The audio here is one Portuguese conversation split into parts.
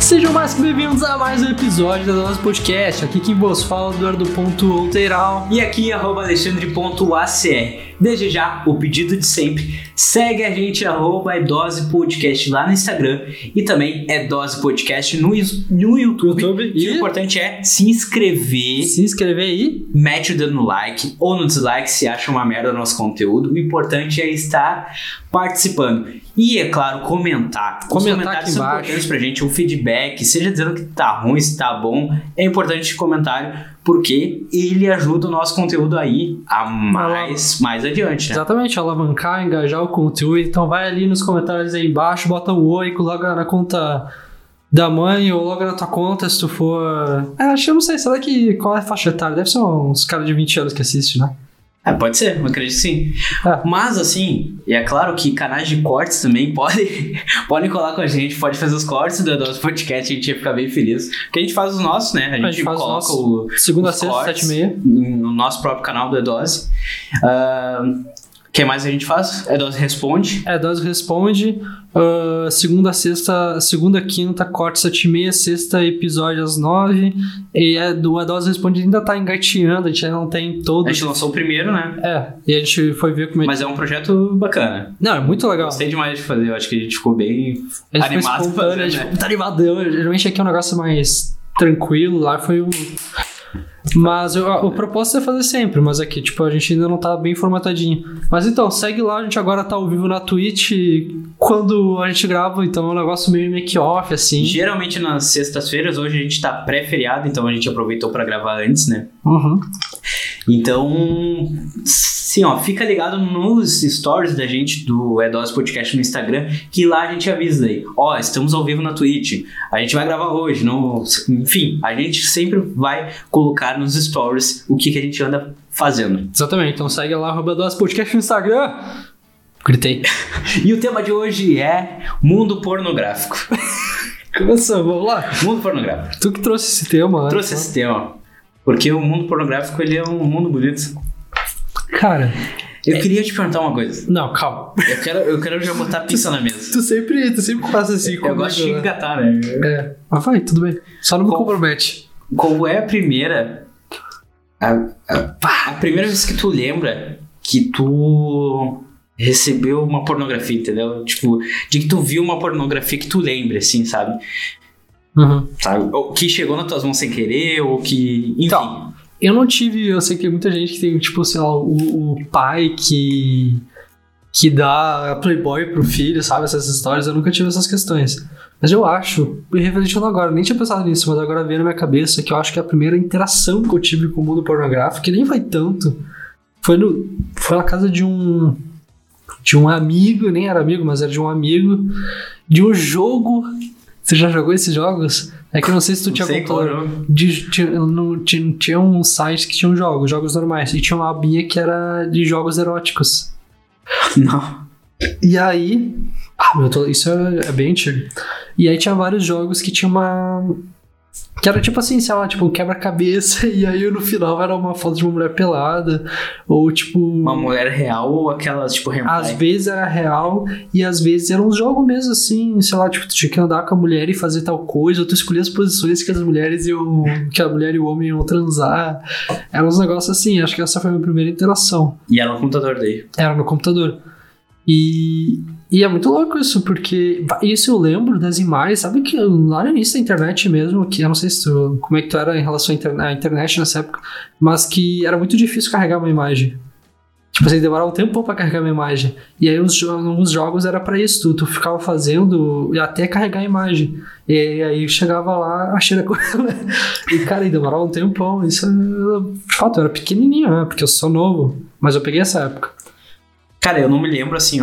Sejam mais que bem-vindos a mais um episódio do nosso podcast. Aqui quem vos fala é Eduardo.Outeiral e aqui Alexandre.acr. Desde já, o pedido de sempre, segue a gente @edose podcast lá no Instagram e também Edose Podcast no YouTube. E o importante é se inscrever aí, mete o dedo no like ou no dislike se acha uma merda o nosso conteúdo. O importante é estar participando e, é claro, comentar. Os comentários são importantes pra gente, o feedback, seja dizendo que tá ruim, se tá bom, é importante o comentário, porque ele ajuda o nosso conteúdo aí a mais adiante, né? Exatamente, alavancar, engajar o conteúdo. Então vai ali nos comentários aí embaixo, bota o oi, coloca na conta da mãe ou logo na tua conta se tu for... acho que eu não sei, será que qual é a faixa etária? Deve ser uns caras de 20 anos que assistem, né? Pode ser, eu acredito que sim. Mas assim, e é claro que canais de cortes também podem colar com a gente, pode fazer os cortes do nosso podcast, a gente ia ficar bem feliz. Porque a gente faz os nossos, né? A gente coloca o segunda a sexta, 7h30 no nosso próprio canal do Edose. O que mais a gente faz? Edose Responde. Edose Responde. Segunda, sexta, segunda, quinta, quarta, 7h30, sexta, episódio às 9h. E do Edose Responde ainda tá engatinhando, a gente ainda não tem todo. A gente lançou o primeiro, né? E a gente foi ver como é. Mas é um projeto bacana. Não, é muito legal. Gostei demais de fazer, eu acho que a gente ficou bem animado fazendo, né? Tá animadão. Geralmente aqui é um negócio mais tranquilo, lá foi um... Mas o propósito é fazer sempre, mas aqui, a gente ainda não tá bem formatadinho. Mas então, segue lá, a gente agora tá ao vivo na Twitch quando a gente grava, então é um negócio meio make-off, assim. Geralmente nas sextas-feiras, hoje a gente tá pré-feriado, então a gente aproveitou pra gravar antes, né? Uhum. Então, sim, fica ligado nos stories da gente do Edose Podcast no Instagram, que lá a gente avisa aí, estamos ao vivo na Twitch, a gente vai gravar hoje, enfim, a gente sempre vai colocar nos stories o que a gente anda fazendo. Exatamente, então segue lá Edose Podcast no Instagram. Gritei. E o tema de hoje é mundo pornográfico. Começamos, vamos lá. Mundo pornográfico. Tu que trouxe esse tema, né? Trouxe esse tema. Porque o mundo pornográfico, ele é um mundo bonito. Cara... Eu queria te perguntar uma coisa. Não, calma. Eu quero já botar pizza na mesa. Tu sempre faz assim comigo. Eu gosto de engatar, né? Mas vai, tudo bem. Só não me compromete. Qual é a primeira... A primeira vez que tu lembra que tu recebeu uma pornografia, entendeu? Tipo, de que tu viu uma pornografia que tu lembra, assim, sabe? Uhum. Sabe? Ou que chegou nas tuas mãos sem querer, ou que... Enfim. Então, eu sei que tem muita gente que tem, sei lá, o pai que dá Playboy pro filho, sabe? Essas histórias, eu nunca tive essas questões. Mas eu acho, me refletindo agora, nem tinha pensado nisso, mas agora veio na minha cabeça que eu acho que a primeira interação que eu tive com o mundo pornográfico, que nem foi tanto, foi na casa de um amigo, nem era amigo, mas era de um amigo, de um jogo. Você já jogou esses jogos? É que eu não sei se tu tinha computador. Tinha um site que tinha jogos normais, e tinha uma abinha que era de jogos eróticos. Não. E aí... isso é bem antigo. E aí tinha vários jogos que tinha uma... Que era assim, sei lá, um quebra-cabeça, e aí no final era uma foto de uma mulher pelada, ou uma mulher real, ou aquelas, hentai. Às vezes era real, e às vezes eram uns jogos mesmo assim, sei lá, tu tinha que andar com a mulher e fazer tal coisa, ou tu escolhia as posições que a mulher e o homem iam transar. Eram uns negócios assim, acho que essa foi a minha primeira interação. E era no computador daí? Era no computador. E é muito louco isso, porque isso eu lembro das imagens, sabe que lá no início da internet mesmo, que eu não sei como é que tu era em relação à internet nessa época, mas que era muito difícil carregar uma imagem. Assim, demorava um tempo pra carregar uma imagem. E aí alguns jogos era pra isso, tu ficava fazendo até carregar a imagem. E aí chegava lá, achei a coisa. E cara, demorava um tempão. Isso, de fato, eu era pequenininho, né? Porque eu sou novo, mas eu peguei essa época. Cara, eu não me lembro assim,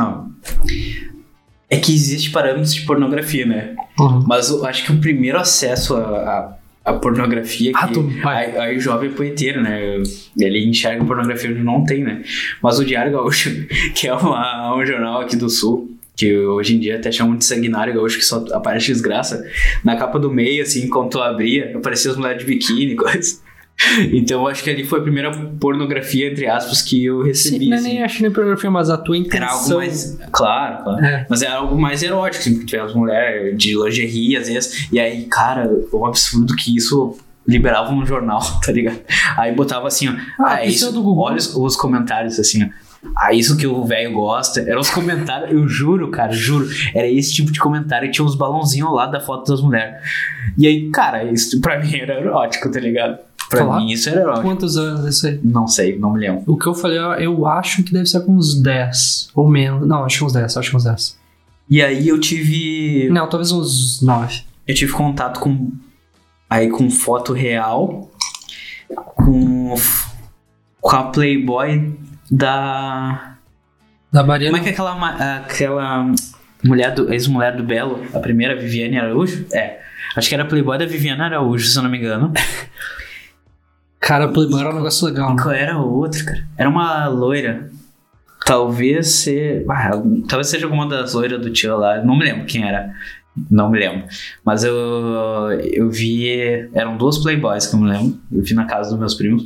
É que existe parâmetros de pornografia, né? Uhum. Mas eu acho que o primeiro acesso a pornografia... Aí o jovem é poeteiro, né? Ele enxerga pornografia onde não tem, né? Mas o Diário Gaúcho, que é um jornal aqui do Sul, que hoje em dia até chamam de Sanguinário Gaúcho, que só aparece desgraça, na capa do meio, assim, quando tu abria, apareciam as mulheres de biquíni, coisas. Então eu acho que ali foi a primeira pornografia, entre aspas, que eu recebi. Sim, assim. nem acho nem pornografia, mas a tua intenção... Era algo mais... Claro. Mas era algo mais erótico, assim, porque tinha as mulheres de lingerie, às vezes. E aí, cara, um absurdo que isso liberava no jornal, tá ligado? Aí botava assim, ó... isso do Google. Olha os comentários, assim, ó. Isso que o velho gosta. Eram os comentários, eu juro, cara, juro. Era esse tipo de comentário e tinha uns balãozinhos ao lado da foto das mulheres. E aí, cara, isso pra mim era erótico, tá ligado? Pra mim isso era erótico. Quantos anos isso aí? Não sei, não me lembro. O que eu falei, eu acho que deve ser com uns 10 ou menos. Não, acho que uns 10. E aí eu tive... Não, talvez uns 9. Eu tive contato com foto real, com a Playboy da Mariana. Como é que é aquela mulher ex-mulher do Belo, a primeira, Viviane Araújo? Acho que era a Playboy da Viviane Araújo, se eu não me engano. Cara, Playboy era um negócio legal. Qual era o outro, cara? Era uma loira. Talvez seja alguma das loiras do tio lá. Não me lembro quem era. Não me lembro. Mas eu vi... Eram 2 Playboys que eu me lembro. Eu vi na casa dos meus primos.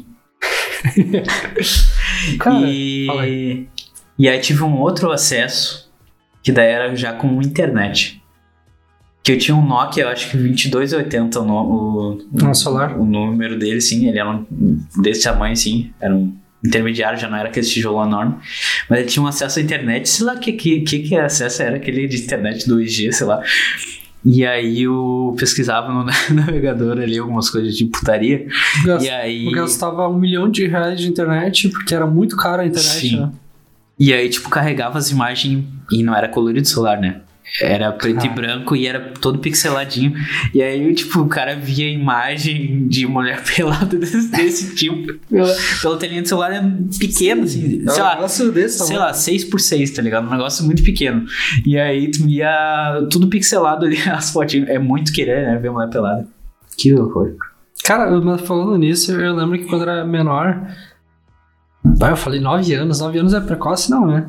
Cara, e aí tive um outro acesso, que daí era já com internet. Que eu tinha um Nokia, eu acho que 2280 o celular. O número dele, sim. Ele era desse tamanho, sim. Era um intermediário, já não era aquele tijolo enorme. Mas ele tinha um acesso à internet. Sei lá que acesso era aquele de internet 2G, sei lá. E aí eu pesquisava no navegador ali algumas coisas de putaria. Eu gastava R$1 milhão de internet, porque era muito caro a internet, sim. Né? E aí, tipo, carregava as imagens e não era colorido celular, né? Era preto e branco e era todo pixeladinho. E aí, tipo, o cara via imagem de mulher pelada desse tipo. Pela telinha do celular pequeno, assim. Sei lá, 6x6, tá ligado? Um negócio muito pequeno. E aí, tu via tudo pixelado ali, as fotinhas. É muito querer, né? Ver mulher pelada. Que horror. Cara, falando nisso, eu lembro que quando eu era menor... eu falei 9 anos. 9 anos é precoce, não, né?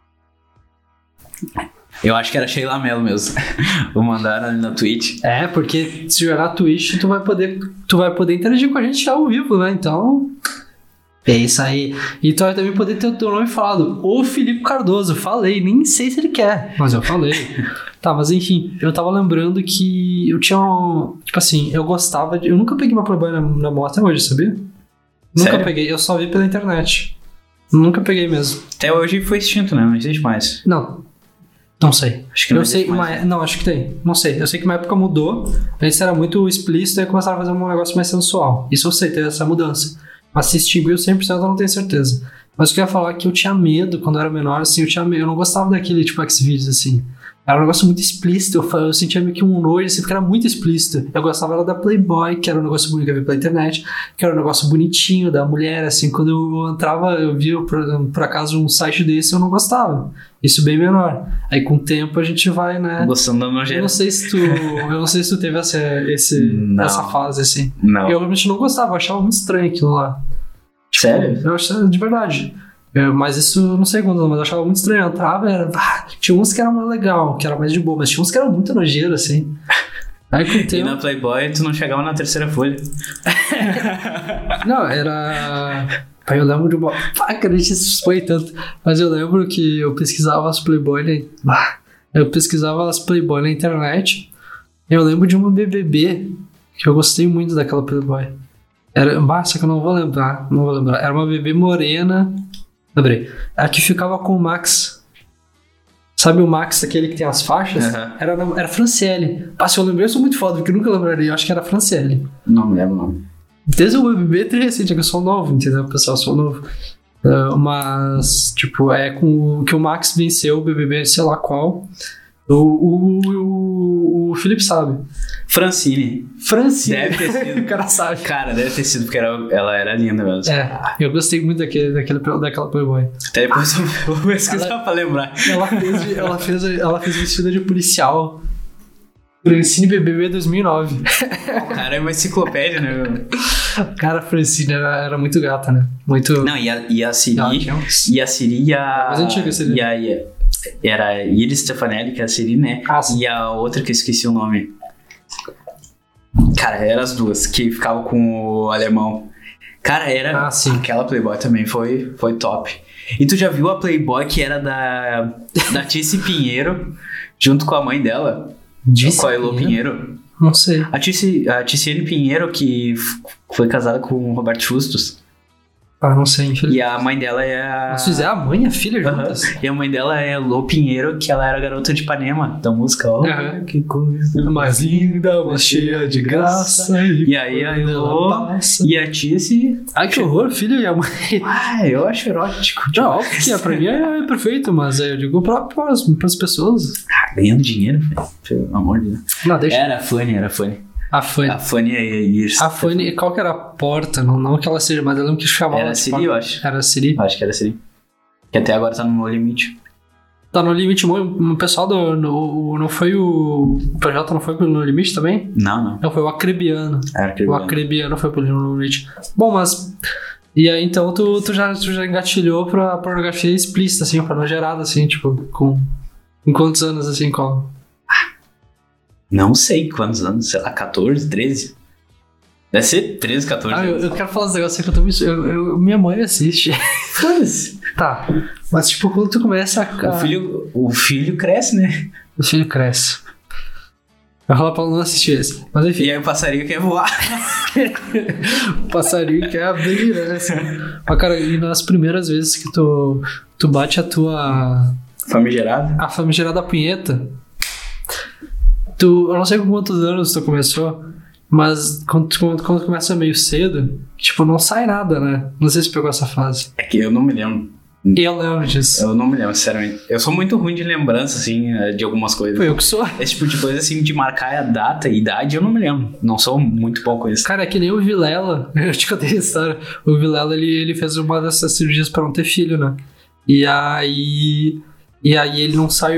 Eu acho que era Sheila Mello mesmo. Vou mandar ali na Twitch. Porque se jogar Twitch, tu vai poder interagir com a gente ao vivo, né? Então... é isso aí. E tu vai também poder ter o teu nome falado. O Felipe Cardoso. Falei. Nem sei se ele quer, mas eu falei. Tá, mas enfim. Eu tava lembrando que eu tinha tipo assim, eu gostava de... Eu nunca peguei uma Playboy na mão até hoje, sabia? Nunca peguei. Eu só vi pela internet. Nunca peguei mesmo. Até hoje foi extinto, né? Não existe mais. Não sei. Acho que não existe mais. Não, acho que tem. Não sei. Eu sei que uma época mudou. Antes era muito explícito e começaram a fazer um negócio mais sensual. Isso eu sei, teve essa mudança. Mas se extinguiu 100% eu não tenho certeza. Mas o que eu ia falar é que eu tinha medo quando eu era menor, assim, eu não gostava daquele tipo Xvideos, assim. Era um negócio muito explícito, eu sentia meio que um nojo, assim, porque era muito explícito. Eu gostava da Playboy, que era um negócio bonito que eu vi pela internet, que era um negócio bonitinho da mulher, assim, quando eu entrava, eu via por acaso um site desse, eu não gostava. Isso bem menor. Aí com o tempo a gente vai, né? Gostando da nojeira. Eu não sei se tu teve essa fase, assim. Não. Eu realmente não gostava, eu achava muito estranho aquilo lá. Sério? Eu achava de verdade. Mas isso, não sei quando, mas eu achava muito estranho. Eu entrava, tinha uns que eram mais legal, que era mais de boa, mas tinha uns que eram muito nojeiros, assim. Aí com o tempo... E na Playboy tu não chegava na terceira folha. Não, era... Eu lembro de uma... que a gente se expõe tanto. Mas eu lembro que eu pesquisava as Playboy na internet. Eu lembro de uma BBB que eu gostei muito daquela Playboy. Só que eu não vou lembrar. Era uma bebê morena. Lembrei. A que ficava com o Max. Sabe o Max, aquele que tem as faixas? Uhum. Era Franciele. Se eu lembrei, eu sou muito foda, porque eu nunca lembraria. Eu acho que era Franciele. Não me lembro, não. Desde o BBB é recente, é que eu sou novo, entendeu? Pessoal, eu sou novo. Mas, tipo, com que o Max venceu o BBB, sei lá qual. O Felipe sabe. Francine. Deve ter sido. O cara sabe. Cara, deve ter sido, porque ela era linda mesmo. Eu gostei muito daquela Playboy. Até depois eu vou pesquisar pra lembrar. Ela fez vestida de policial. Francine BBB 2009. O cara é uma enciclopédia, né? Cara, a Francine era muito gata, né? Muito... Não, e a Siri... E a Siri e a... Mas antiga a Siri. Era a Iris Stefanelli, que é a Siri, né? E a outra que eu esqueci o nome. Cara, eram as duas que ficavam com o alemão. Cara, era... aquela Playboy também foi top. E tu já viu a Playboy que era da Tice Pinheiro, junto com a mãe dela? Com a Elô Pinheiro? Não sei. A Ticiane Pinheiro, que foi casada com o Roberto Justus. Não sei, infelizmente. E a mãe dela é a... Mas fizeram a mãe e a filha juntas? E a mãe dela é a Elô Pinheiro, que ela era a garota de Ipanema, da música. Que coisa mais linda, mais cheia de graça. E aí a Elô e a Tice... Ai, que horror, filho e a mãe. Eu acho erótico. Não, óbvio que pra mim é perfeito, mas eu digo para as pessoas. Ganhando dinheiro, pelo amor de Deus. Não, deixa. Era a Fanny. A Fanny ia... A Fanny, qual que era a porta? Não que ela seja, mas eu lembro que chamava... Era a Siri, eu acho. Era a Siri? Acho que era a Siri. Que até agora tá no No Limite. Tá no Limite, o pessoal não foi o PJ, não foi pro No Limite também? Não. Não, foi o Acrebiano. O Acrebiano foi pro No Limite. Bom, mas... E aí, então, tu já engatilhou pra pornografia explícita, assim, pornogerada, assim, tipo, com quantos anos, assim, com... Não sei quantos anos, sei lá, 14, 13? Deve ser 13, 14 anos. Eu quero falar uns negócios que minha mãe assiste. Foda-se. Tá, mas tipo, quando tu começa a... O filho cresce, né? O filho cresce. Eu falo pra ela não assistir esse. Mas enfim. E aí o passarinho quer voar. O passarinho quer abrir, né? Assim. Mas cara, e nas primeiras vezes que tu bate a tua... Famigerada? A famigerada punheta... Eu não sei com quantos anos tu começou, mas quando começa meio cedo, tipo, não sai nada, né? Não sei se pegou essa fase. É que eu não me lembro. Eu lembro disso. Eu não me lembro, sinceramente. Eu sou muito ruim de lembrança, assim, de algumas coisas. Foi eu que sou. Esse tipo de coisa, assim, de marcar a data e idade, eu não me lembro. Não sou muito bom com isso. Cara, é que nem o Vilela. Eu te contei a história. O Vilela, ele fez uma dessas cirurgias pra não ter filho, né? E aí ele não sai,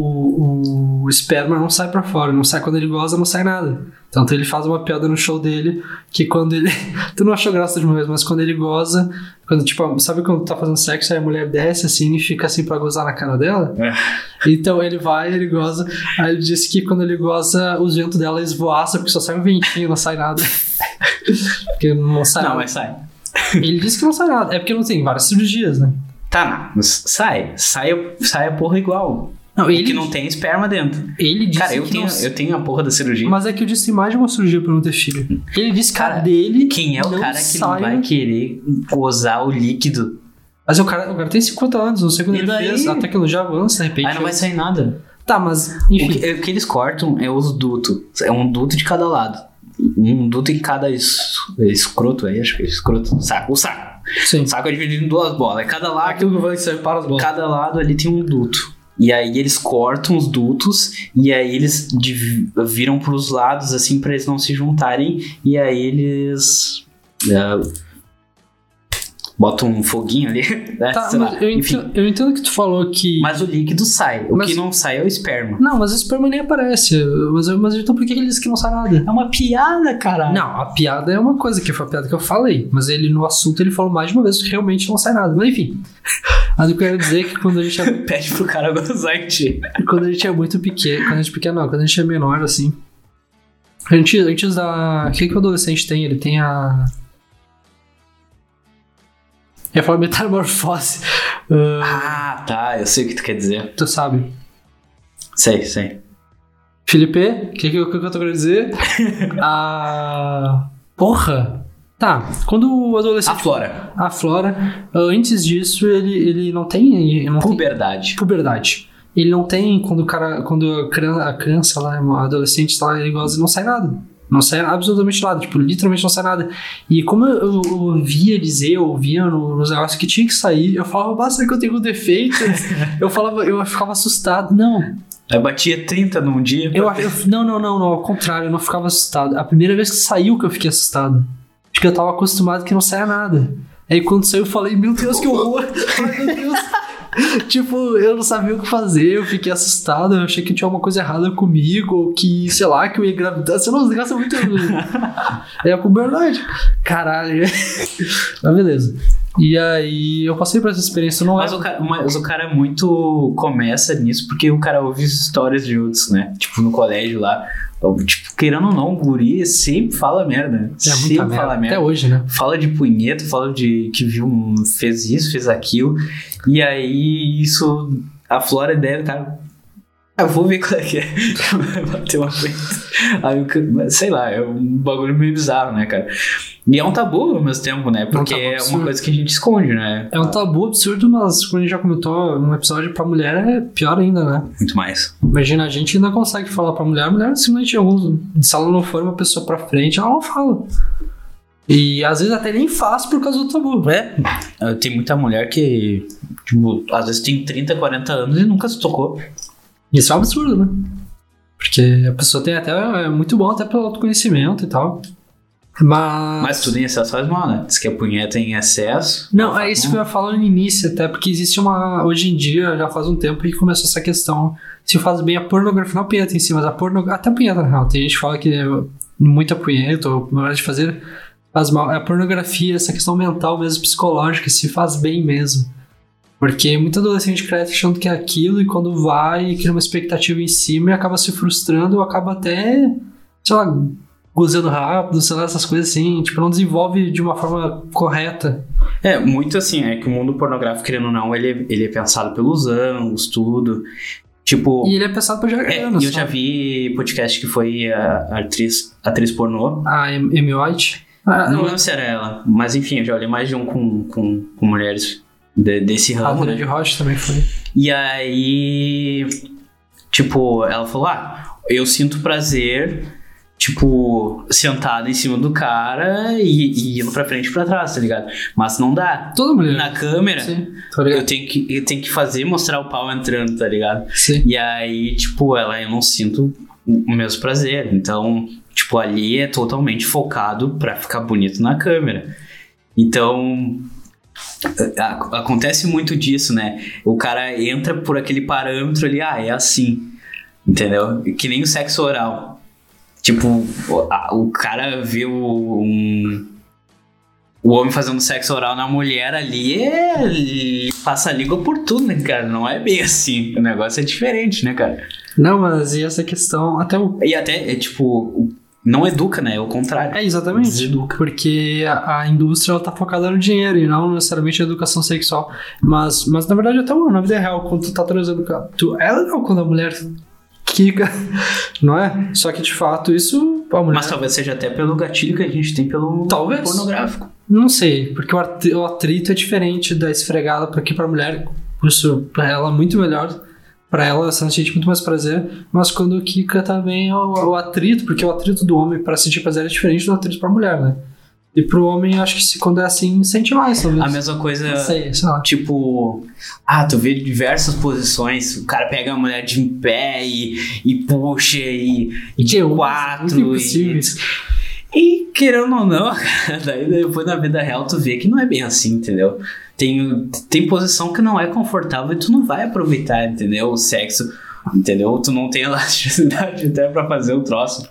o esperma não sai pra fora, não sai quando ele goza, não sai nada. Então ele faz uma piada no show dele, que quando ele... Tu não achou graça de uma vez, mas quando ele goza, tipo, sabe quando tu tá fazendo sexo, aí a mulher desce assim e fica assim pra gozar na cara dela? Então ele vai, ele goza, aí ele disse que quando ele goza, o vento dela esvoaça, porque só sai um ventinho, não sai nada. Porque não sai nada. Não, mas sai. Ele disse que não sai nada, é porque não tem várias cirurgias, né? Tá, mas sai a porra igual. Não, porque não tem esperma dentro. Ele disse cara, eu tenho a porra da cirurgia. Mas é que eu disse mais de uma cirurgia pra não ter filho. Ele disse que cara, dele. Quem é o cara que não vai querer gozar o líquido? Mas o cara tem 50 anos, não sei quando ele fez. A tecnologia avança, de repente. Aí não vai sair nada. Tá, mas enfim. O que eles cortam é os dutos. É um duto de cada lado. Um duto em cada escroto aí, acho que é escroto. O saco. Sim. O saco é dividido em duas bolas. Cada lado. Aquilo que vai separa as bolas. Cada lado ali tem um duto. E aí eles cortam os dutos e aí eles viram pros lados assim pra eles não se juntarem. E aí eles botam um foguinho ali. Né? Tá, mas eu entendo que tu falou que... Mas o líquido sai. O que não sai é o esperma. Não, mas o esperma nem aparece. Mas então por que ele disse que não sai nada? É uma piada, caralho. Não, a piada é uma coisa, que foi a piada que eu falei. Mas ele no assunto ele falou mais de uma vez que realmente não sai nada. Mas enfim. Mas eu quero dizer que quando a gente é... Pede pro cara gozar em ti. Quando a gente é muito pequeno... Quando a gente é menor, assim... Antes da... O que o adolescente tem? Ele tem a... Eu ia falar metamorfose. Tá. Eu sei o que tu quer dizer. Tu sabe? Sei. Felipe, o que eu tô querendo dizer? Porra! Tá, quando o adolescente... A Flora. Antes disso, ele não tem... Puberdade. Ele não tem... Quando a criança lá, a adolescente lá, ele goza e não sai nada. Não sai absolutamente nada, tipo, literalmente não sai nada. E como eu ouvia dizer, eu ouvia nos negócios que tinha que sair, eu falava, basta que eu tenho um defeito. eu ficava assustado. Não. Eu batia 30 num dia. Não, ao contrário, eu não ficava assustado. A primeira vez que saiu que eu fiquei assustado. Porque eu tava acostumado que não saia nada. Aí quando saiu eu falei, meu Deus, que horror. Ai, meu Deus. Tipo, eu não sabia o que fazer, eu fiquei assustado, eu achei que tinha alguma coisa errada comigo, ou que, sei lá, que eu ia engravidar, sei lá, os negócios muito... É a puberdade. Caralho. Mas beleza. E aí, eu passei por essa experiência, não mas o cara muito começa nisso, porque o cara ouve histórias de outros, né? Tipo, no colégio lá, Tipo, querendo ou não, o guri sempre fala merda. Sempre fala merda. Até hoje, né? Fala de punheta, fala de que fez isso, fez aquilo. E aí isso aflora a ideia do cara. Eu vou ver qual é que é. Vai bater uma frente. Aí, sei lá, é um bagulho meio bizarro, né, cara? E é um tabu ao mesmo tempo, né? Porque é uma coisa que a gente esconde, né? É um tabu absurdo, mas como a gente já comentou, um episódio pra mulher é pior ainda, né? Muito mais. Imagina, a gente ainda consegue falar pra mulher, a mulher simplesmente, se ela não for uma pessoa pra frente, ela não fala. E às vezes até nem faz por causa do tabu. Tem muita mulher que, tipo, às vezes tem 30, 40 anos e nunca se tocou. Isso é um absurdo, né? Porque a pessoa tem até... É muito bom até pelo autoconhecimento e tal. Mas tudo em excesso faz mal, né? Diz que a punheta em excesso... Não, é isso que eu ia falar no início, até porque existe uma... Hoje em dia, já faz um tempo que começou essa questão. Se faz bem a pornografia, não a punheta em si, mas até a punheta, na real. Tem gente que fala que muita punheta, ou na hora de fazer, faz mal. A pornografia, essa questão mental mesmo, psicológica, se faz bem mesmo. Porque muito adolescente cresce achando que é aquilo, e quando vai, cria uma expectativa em cima e acaba se frustrando, ou acaba até, sei lá, gozando rápido, sei lá, essas coisas assim, tipo, não desenvolve de uma forma correta. Muito assim, é que o mundo pornográfico, querendo ou não, ele é pensado pelos ângulos, tudo. Tipo... E ele é pensado por jargão. Eu já vi podcast que foi a atriz pornô. A Amy White? Não lembro se era ela, mas enfim, eu já olhei mais de um com mulheres desse ramo. A Brandi Rocha também foi. E aí, tipo, ela falou, eu sinto prazer... Tipo, sentado em cima do cara e indo pra frente e pra trás, tá ligado? Mas não dá. Toda mulher. Na câmera, sim, eu tenho que fazer, mostrar o pau entrando, tá ligado? Sim. E aí, tipo, eu não sinto o mesmo prazer. Então, tipo, ali é totalmente focado pra ficar bonito na câmera. Então... acontece muito disso, né? O cara entra por aquele parâmetro ali, é assim, entendeu? Que nem o sexo oral. Tipo, o cara vê o homem fazendo sexo oral na mulher ali, ele passa a língua por tudo, né, cara? Não é bem assim. O negócio é diferente, né, cara? Não, mas e essa questão... E até, tipo... Não educa, né? É o contrário. Exatamente. Deseduca. Porque a indústria, ela tá focada no dinheiro e não necessariamente na educação sexual. Mas na verdade, até na vida real, quando tu tá transando... É legal quando a mulher... quica, não é? Só que de fato isso... Mas talvez seja até pelo gatilho que a gente tem pelo pornográfico. Não sei, porque o atrito é diferente da esfregada pra mulher. Isso pra ela é muito melhor. Pra ela sente muito mais prazer. Mas quando quica também é o atrito, porque o atrito do homem pra sentir prazer é diferente do atrito pra mulher, né? E pro homem, acho que quando é assim, sente mais, talvez. A mesma coisa, não sei lá. Tipo... tu vê diversas posições. O cara pega a mulher de em pé e puxa e de quatro. E querendo ou não, daí depois na vida real tu vê que não é bem assim, entendeu? Tem posição que não é confortável e tu não vai aproveitar, entendeu? O sexo, entendeu? Tu não tem elasticidade até pra fazer o troço.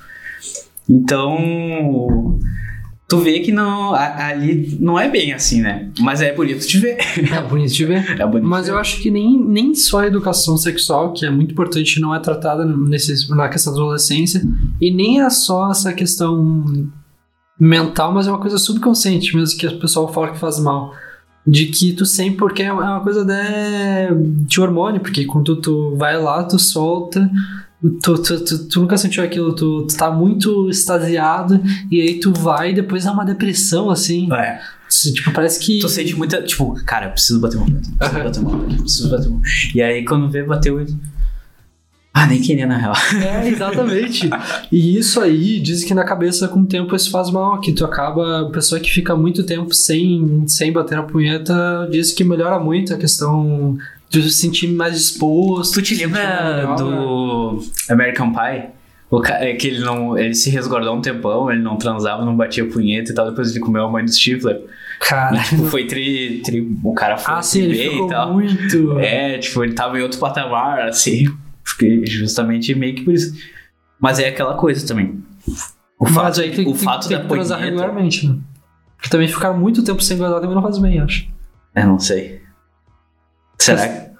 Então... Tu vê que não, ali não é bem assim, né? Mas é bonito de ver. É bonito de ver. Mas eu acho que nem só a educação sexual, que é muito importante, não é tratada na questão da adolescência. E nem é só essa questão mental, mas é uma coisa subconsciente mesmo, que o pessoal fala que faz mal. De que tu sempre... Porque é uma coisa de hormônio, porque quando tu vai lá, tu solta... Tu nunca sentiu aquilo, tu tá muito extasiado e aí tu vai e depois dá uma depressão, assim. Tipo, parece que... Tu sente muita... Tipo, cara, eu preciso bater uma preciso bater uma. E aí quando vê, bateu ele... nem queria na real. Exatamente. E isso aí, diz que na cabeça com o tempo isso faz mal, que tu acaba... A pessoa que fica muito tempo sem bater na punheta, diz que melhora muito a questão... de se sentir mais disposto. Tu te lembra do American Pie? Que ele se resguardou um tempão, ele não transava, não batia punheta e tal, depois ele comeu a mãe do Stifler. Cara, foi o cara foi sim, ele ficou e tal. Muito. Tipo, ele tava em outro patamar, assim, justamente meio que por isso. Mas é aquela coisa também. O fato da punheta transar regularmente, né? Porque também ficar muito tempo sem gozar também não faz bem, acho. Não sei. Será que...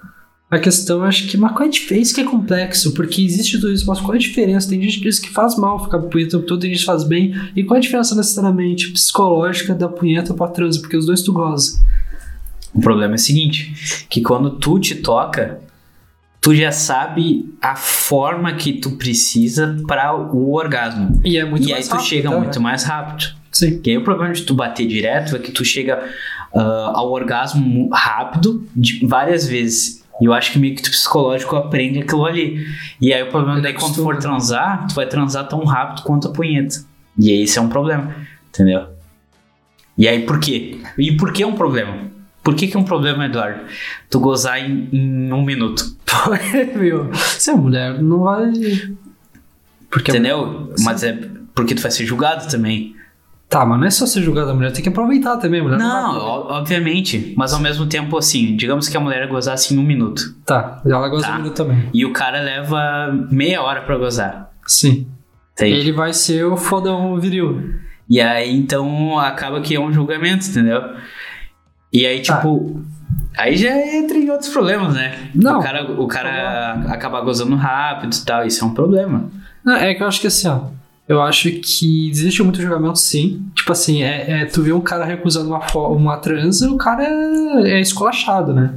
A questão, acho que, mas qual é a diferença? Isso que é complexo, porque existe tudo isso, mas qual é a diferença? Tem gente que diz que faz mal ficar punheta, tem gente que faz bem, e qual é a diferença necessariamente psicológica da punheta pra transa? Porque os dois tu goza. O problema é o seguinte, que quando tu te toca, tu já sabe a forma que tu precisa para o orgasmo. E é muito e mais aí tu rápido, chega tá, muito né? mais rápido. Sim. E aí o problema de tu bater direto é que tu chega ao orgasmo rápido várias vezes. E eu acho que meio que tu psicológico aprende aquilo ali. E aí o problema é que quando tu for transar, tu vai transar tão rápido quanto a punheta. E aí esse é um problema, entendeu? E aí por quê? E por que é um problema? Por que é um problema, Eduardo? Tu gozar em 1 minuto. Meu, se é mulher, não vai... Porque entendeu? Mas é porque tu vai ser julgado também. Tá, mas não é só ser julgado, a mulher tem que aproveitar também, a mulher não obviamente, mas ao mesmo tempo assim, digamos que a mulher gozasse em 1 minuto. Tá, ela goza 1 minuto também. E o cara leva meia hora pra gozar. Sim. Entende? Ele vai ser o fodão viril. E aí, então, acaba que é um julgamento, entendeu? E aí, tipo... Aí já entra em outros problemas, né? Não. O cara acaba gozando rápido e tal, isso é um problema. Não, é que eu acho que assim, ó... Eu acho que existe muito julgamento, sim. Tipo assim, tu vê um cara recusando uma transa, o cara é esculachado, né?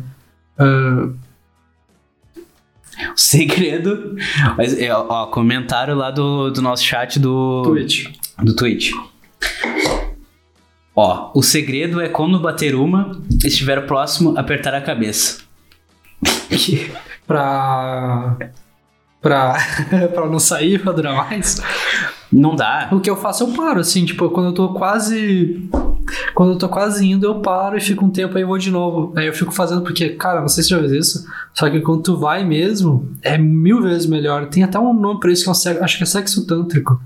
O segredo... Mas, ó, comentário lá do nosso chat do Twitch. Ó, o segredo é quando bater uma, estiver próximo, apertar a cabeça. pra não sair, pra durar mais... Não dá. O que eu faço, eu paro, assim, tipo, quando eu tô quase indo, eu paro e fico um tempo aí e vou de novo. Aí eu fico fazendo, porque, cara, não sei se já fez isso, só que quando tu vai mesmo, é 1000 vezes melhor. Tem até um nome pra isso que acho que é sexo tântrico.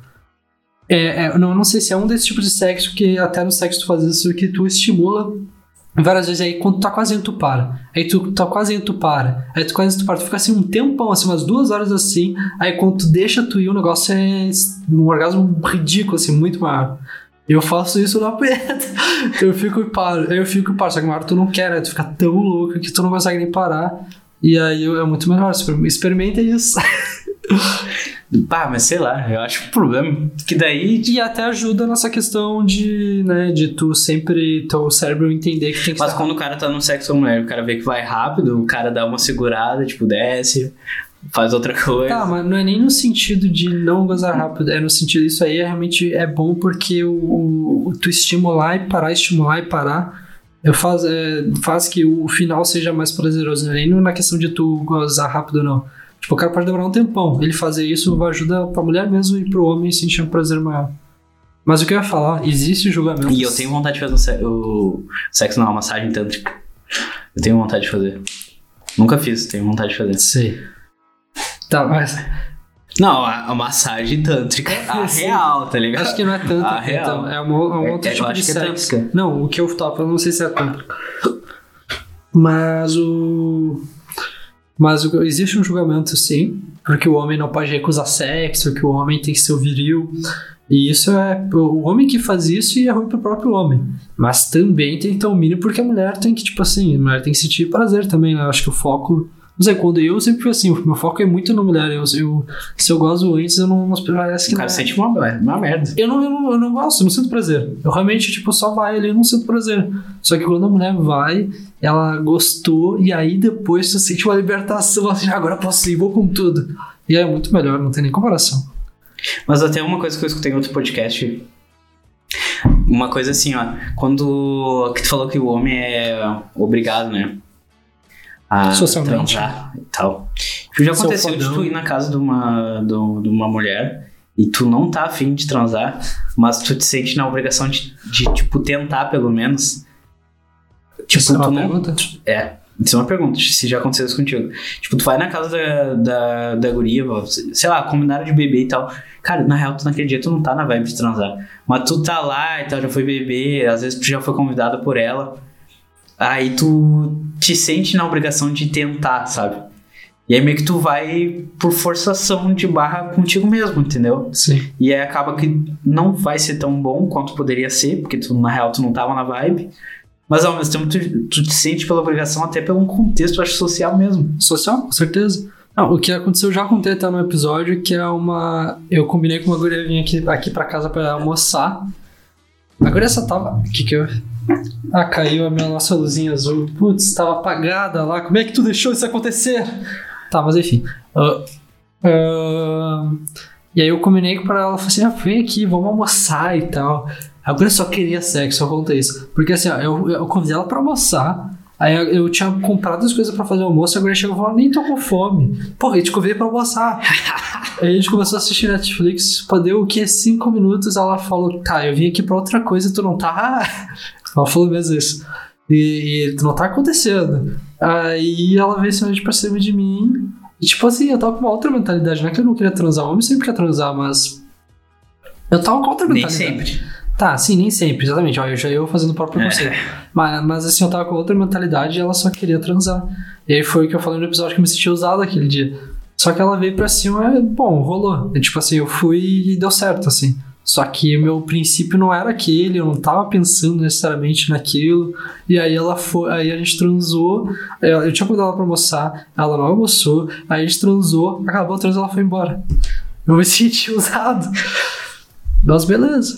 Não sei se é um desses tipos de sexo que até no sexo tu faz isso, que tu estimula várias vezes. Aí quando tu tá quase indo, tu para. Aí tu tá quase indo, tu para. Aí tu quase indo, tu para. Tu fica assim um tempão, assim, umas 2 horas assim. Aí quando tu deixa tu ir, o negócio é um orgasmo ridículo, assim, muito maior. Eu faço isso na punheta. Então eu fico e paro. Só que uma hora tu não quer, né? Tu fica tão louco que tu não consegue nem parar. E aí é muito melhor. Experimenta isso. Pá, mas sei lá, eu acho o problema que daí... E até ajuda nessa questão de, né, de tu sempre, teu cérebro entender que tem que... Mas quando o cara tá no sexo com a mulher, o cara vê que vai rápido, o cara dá uma segurada, tipo, desce, faz outra coisa. Tá, mas não é nem no sentido de não gozar rápido, é no sentido, isso aí realmente é bom porque tu estimular e parar, faz que o final seja mais prazeroso, nem na questão de tu gozar rápido, não. Tipo, o cara pode demorar um tempão. Ele fazer isso vai ajudar pra mulher mesmo e pro homem sentir um prazer maior. Mas o que eu ia falar, existe julgamento. E eu tenho vontade de fazer o sexo não, a massagem tântrica. Eu tenho vontade de fazer. Nunca fiz, tenho vontade de fazer. Sei. Tá, mas... Não, a massagem tântrica, a real, tá ligado? Acho que não é tântrica, a real. Então, é um outro tipo de sexo. Não, o que eu tava falando, não sei se é tântrica. Mas existe um julgamento, sim, porque o homem não pode recusar sexo, que o homem tem que ser o viril. E isso é o homem que faz isso e é ruim pro próprio homem. Mas também tem que ter um mínimo, porque a mulher tem que, tipo assim, a mulher tem que sentir prazer também, né? Eu acho que o foco... Não sei, quando eu sempre fui assim, o meu foco é muito na mulher. Se eu gosto antes, eu não parece que o cara sente uma merda. Eu não gosto, eu não sinto prazer. Eu realmente, tipo, só vai ali e não sinto prazer. Só que quando a mulher vai, ela gostou, e aí depois tu sente uma libertação, assim, agora eu posso ir, vou com tudo. E aí é muito melhor, não tem nem comparação. Mas até uma coisa que eu escutei em outro podcast, uma coisa assim, ó, quando que tu falou que o homem é obrigado, né? A socialmente transar e tal. Já aconteceu de tu ir na casa de uma mulher e tu não tá afim de transar, mas tu te sente na obrigação de tipo, tentar pelo menos. Tipo, isso é uma tu pergunta? Isso é uma pergunta, se já aconteceu isso contigo. Tipo, tu vai na casa da guria, sei lá, combinaram de beber e tal. Cara, na real, naquele dia tu não tá na vibe de transar. Mas tu tá lá e tal, já foi beber, às vezes tu já foi convidado por ela. Aí tu te sente na obrigação de tentar, sabe? E aí meio que tu vai por forçação de barra contigo mesmo, entendeu? Sim. E aí acaba que não vai ser tão bom quanto poderia ser, porque tu, na real, tu não tava na vibe. Mas ao mesmo tempo tu te sente pela obrigação, até pelo contexto, acho, social mesmo. Social, com certeza. Não, o que aconteceu, eu já contei até no episódio, que eu combinei com uma guria vir aqui pra casa pra almoçar. A guria só tava... caiu a nossa luzinha azul. Putz, tava apagada lá. Como é que tu deixou isso acontecer? Tá, mas enfim. E aí eu combinei pra ela, falei assim, vem aqui, vamos almoçar e tal. A guria só queria sexo, eu contei isso. Porque assim, eu convidei ela pra almoçar. Aí eu tinha comprado as coisas pra fazer almoço. A guria chegou e falou, nem tô com fome. Porra, eu te convidei pra almoçar. Aí a gente começou a assistir Netflix. Deu o quê? 5 minutos. Ela falou, tá, eu vim aqui pra outra coisa e tu não tá... Ela falou mesmo isso. E tu não tá acontecendo. Aí ela veio simplesmente pra cima de mim. E tipo assim, eu tava com uma outra mentalidade. Não é que eu não queria transar. O homem sempre quer transar, mas... Eu tava com outra mentalidade. Nem sempre. Tá, sim, nem sempre, exatamente. Ó, eu fazendo o próprio conceito. Mas assim, eu tava com outra mentalidade e ela só queria transar. E aí foi o que eu falei no episódio, que eu me senti usado aquele dia. Só que ela veio pra cima, bom, rolou. E, tipo assim, eu fui e deu certo, assim. Só que o meu princípio não era aquele, eu não tava pensando necessariamente naquilo. E aí aí a gente transou, eu tinha convidado ela pra almoçar, ela não almoçou, aí a gente transou, acabou o transo, ela foi embora. Eu me senti usado. Mas beleza.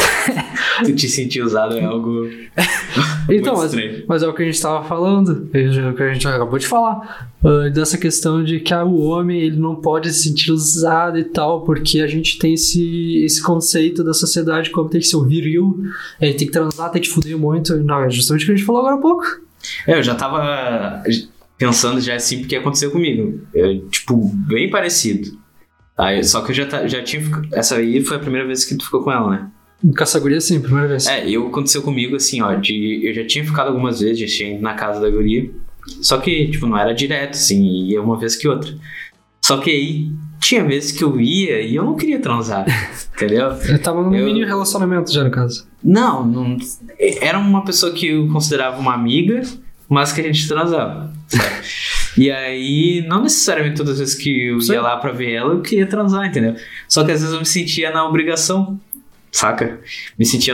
Tu te sentir usado é algo então, mas é o que a gente estava falando, é o que a gente acabou de falar, dessa questão de que o homem ele não pode se sentir usado e tal, porque a gente tem esse conceito da sociedade como tem que ser o viril, ele tem que transar, tem que fuder muito. Não, é justamente o que a gente falou agora há pouco. Eu já tava pensando já assim, porque aconteceu comigo, tipo, bem parecido. Só que eu já tinha... Essa aí foi a primeira vez que tu ficou com ela, né? Com essa guria, sim, primeira vez. Aconteceu comigo assim, ó, eu já tinha ficado algumas vezes, já tinha ido na casa da guria, só que, tipo, não era direto, assim, ia uma vez que outra. Só que aí, tinha vezes que eu ia e eu não queria transar, entendeu? Eu tava num mini relacionamento já, no caso. Não, era uma pessoa que eu considerava uma amiga, mas que a gente transava, sabe? E aí, não necessariamente todas as vezes que eu ia lá pra ver ela, eu queria transar, entendeu? Só que às vezes eu me sentia na obrigação, saca? Me sentia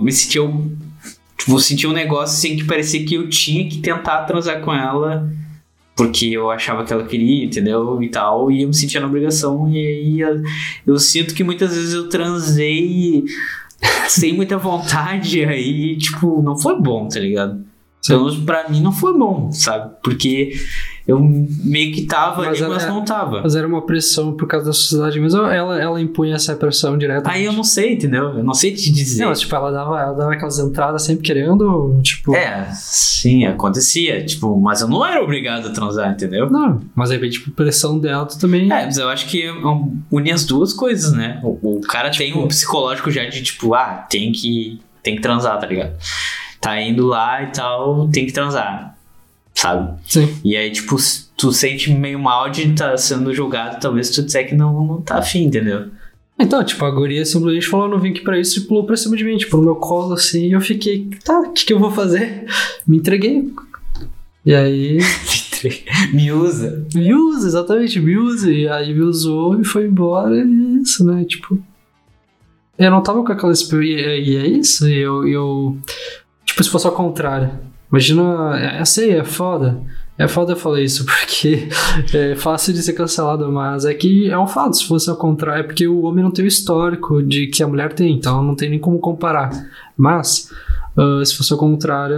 um negócio assim que parecia que eu tinha que tentar transar com ela porque eu achava que ela queria, entendeu? E tal, e eu me sentia na obrigação. E aí eu sinto que muitas vezes eu transei sem muita vontade, aí tipo, não foi bom, tá ligado? Então, pra mim não foi bom, sabe? Porque eu meio que tava ali, mas não tava. Mas era uma pressão por causa da sociedade mesmo, ou ela impunha essa pressão diretamente? Aí eu não sei, entendeu? Eu não sei te dizer. Não, mas, tipo, ela dava aquelas entradas sempre querendo, tipo... Sim, acontecia, tipo, mas eu não era obrigado a transar, entendeu? Não, mas aí, tipo, pressão dela, tu também... Mas eu acho que une as duas coisas, né? O cara tem um psicológico já de, tipo, tem que transar, tá ligado? Tá indo lá e tal, tem que transar, sabe? Sim. E aí, tipo, tu sente meio mal de estar sendo julgado, talvez tu disser que não tá afim, entendeu? Então, tipo, a guria simplesmente falou, não vim aqui pra isso, e pulou pra cima de mim, tipo, no meu colo, assim, e eu fiquei, tá, o que eu vou fazer? Me entreguei. E aí... Me usa, exatamente, me usa. E aí me usou e foi embora, e isso, né, tipo... Eu não tava com aquela experiência, e é isso, e eu tipo, se fosse ao contrário. Imagina, eu sei, é foda. É foda eu falar isso, porque é fácil de ser cancelado, mas é que é um fato, se fosse ao contrário, é porque o homem não tem o histórico de que a mulher tem, então não tem nem como comparar. Mas, se fosse ao contrário,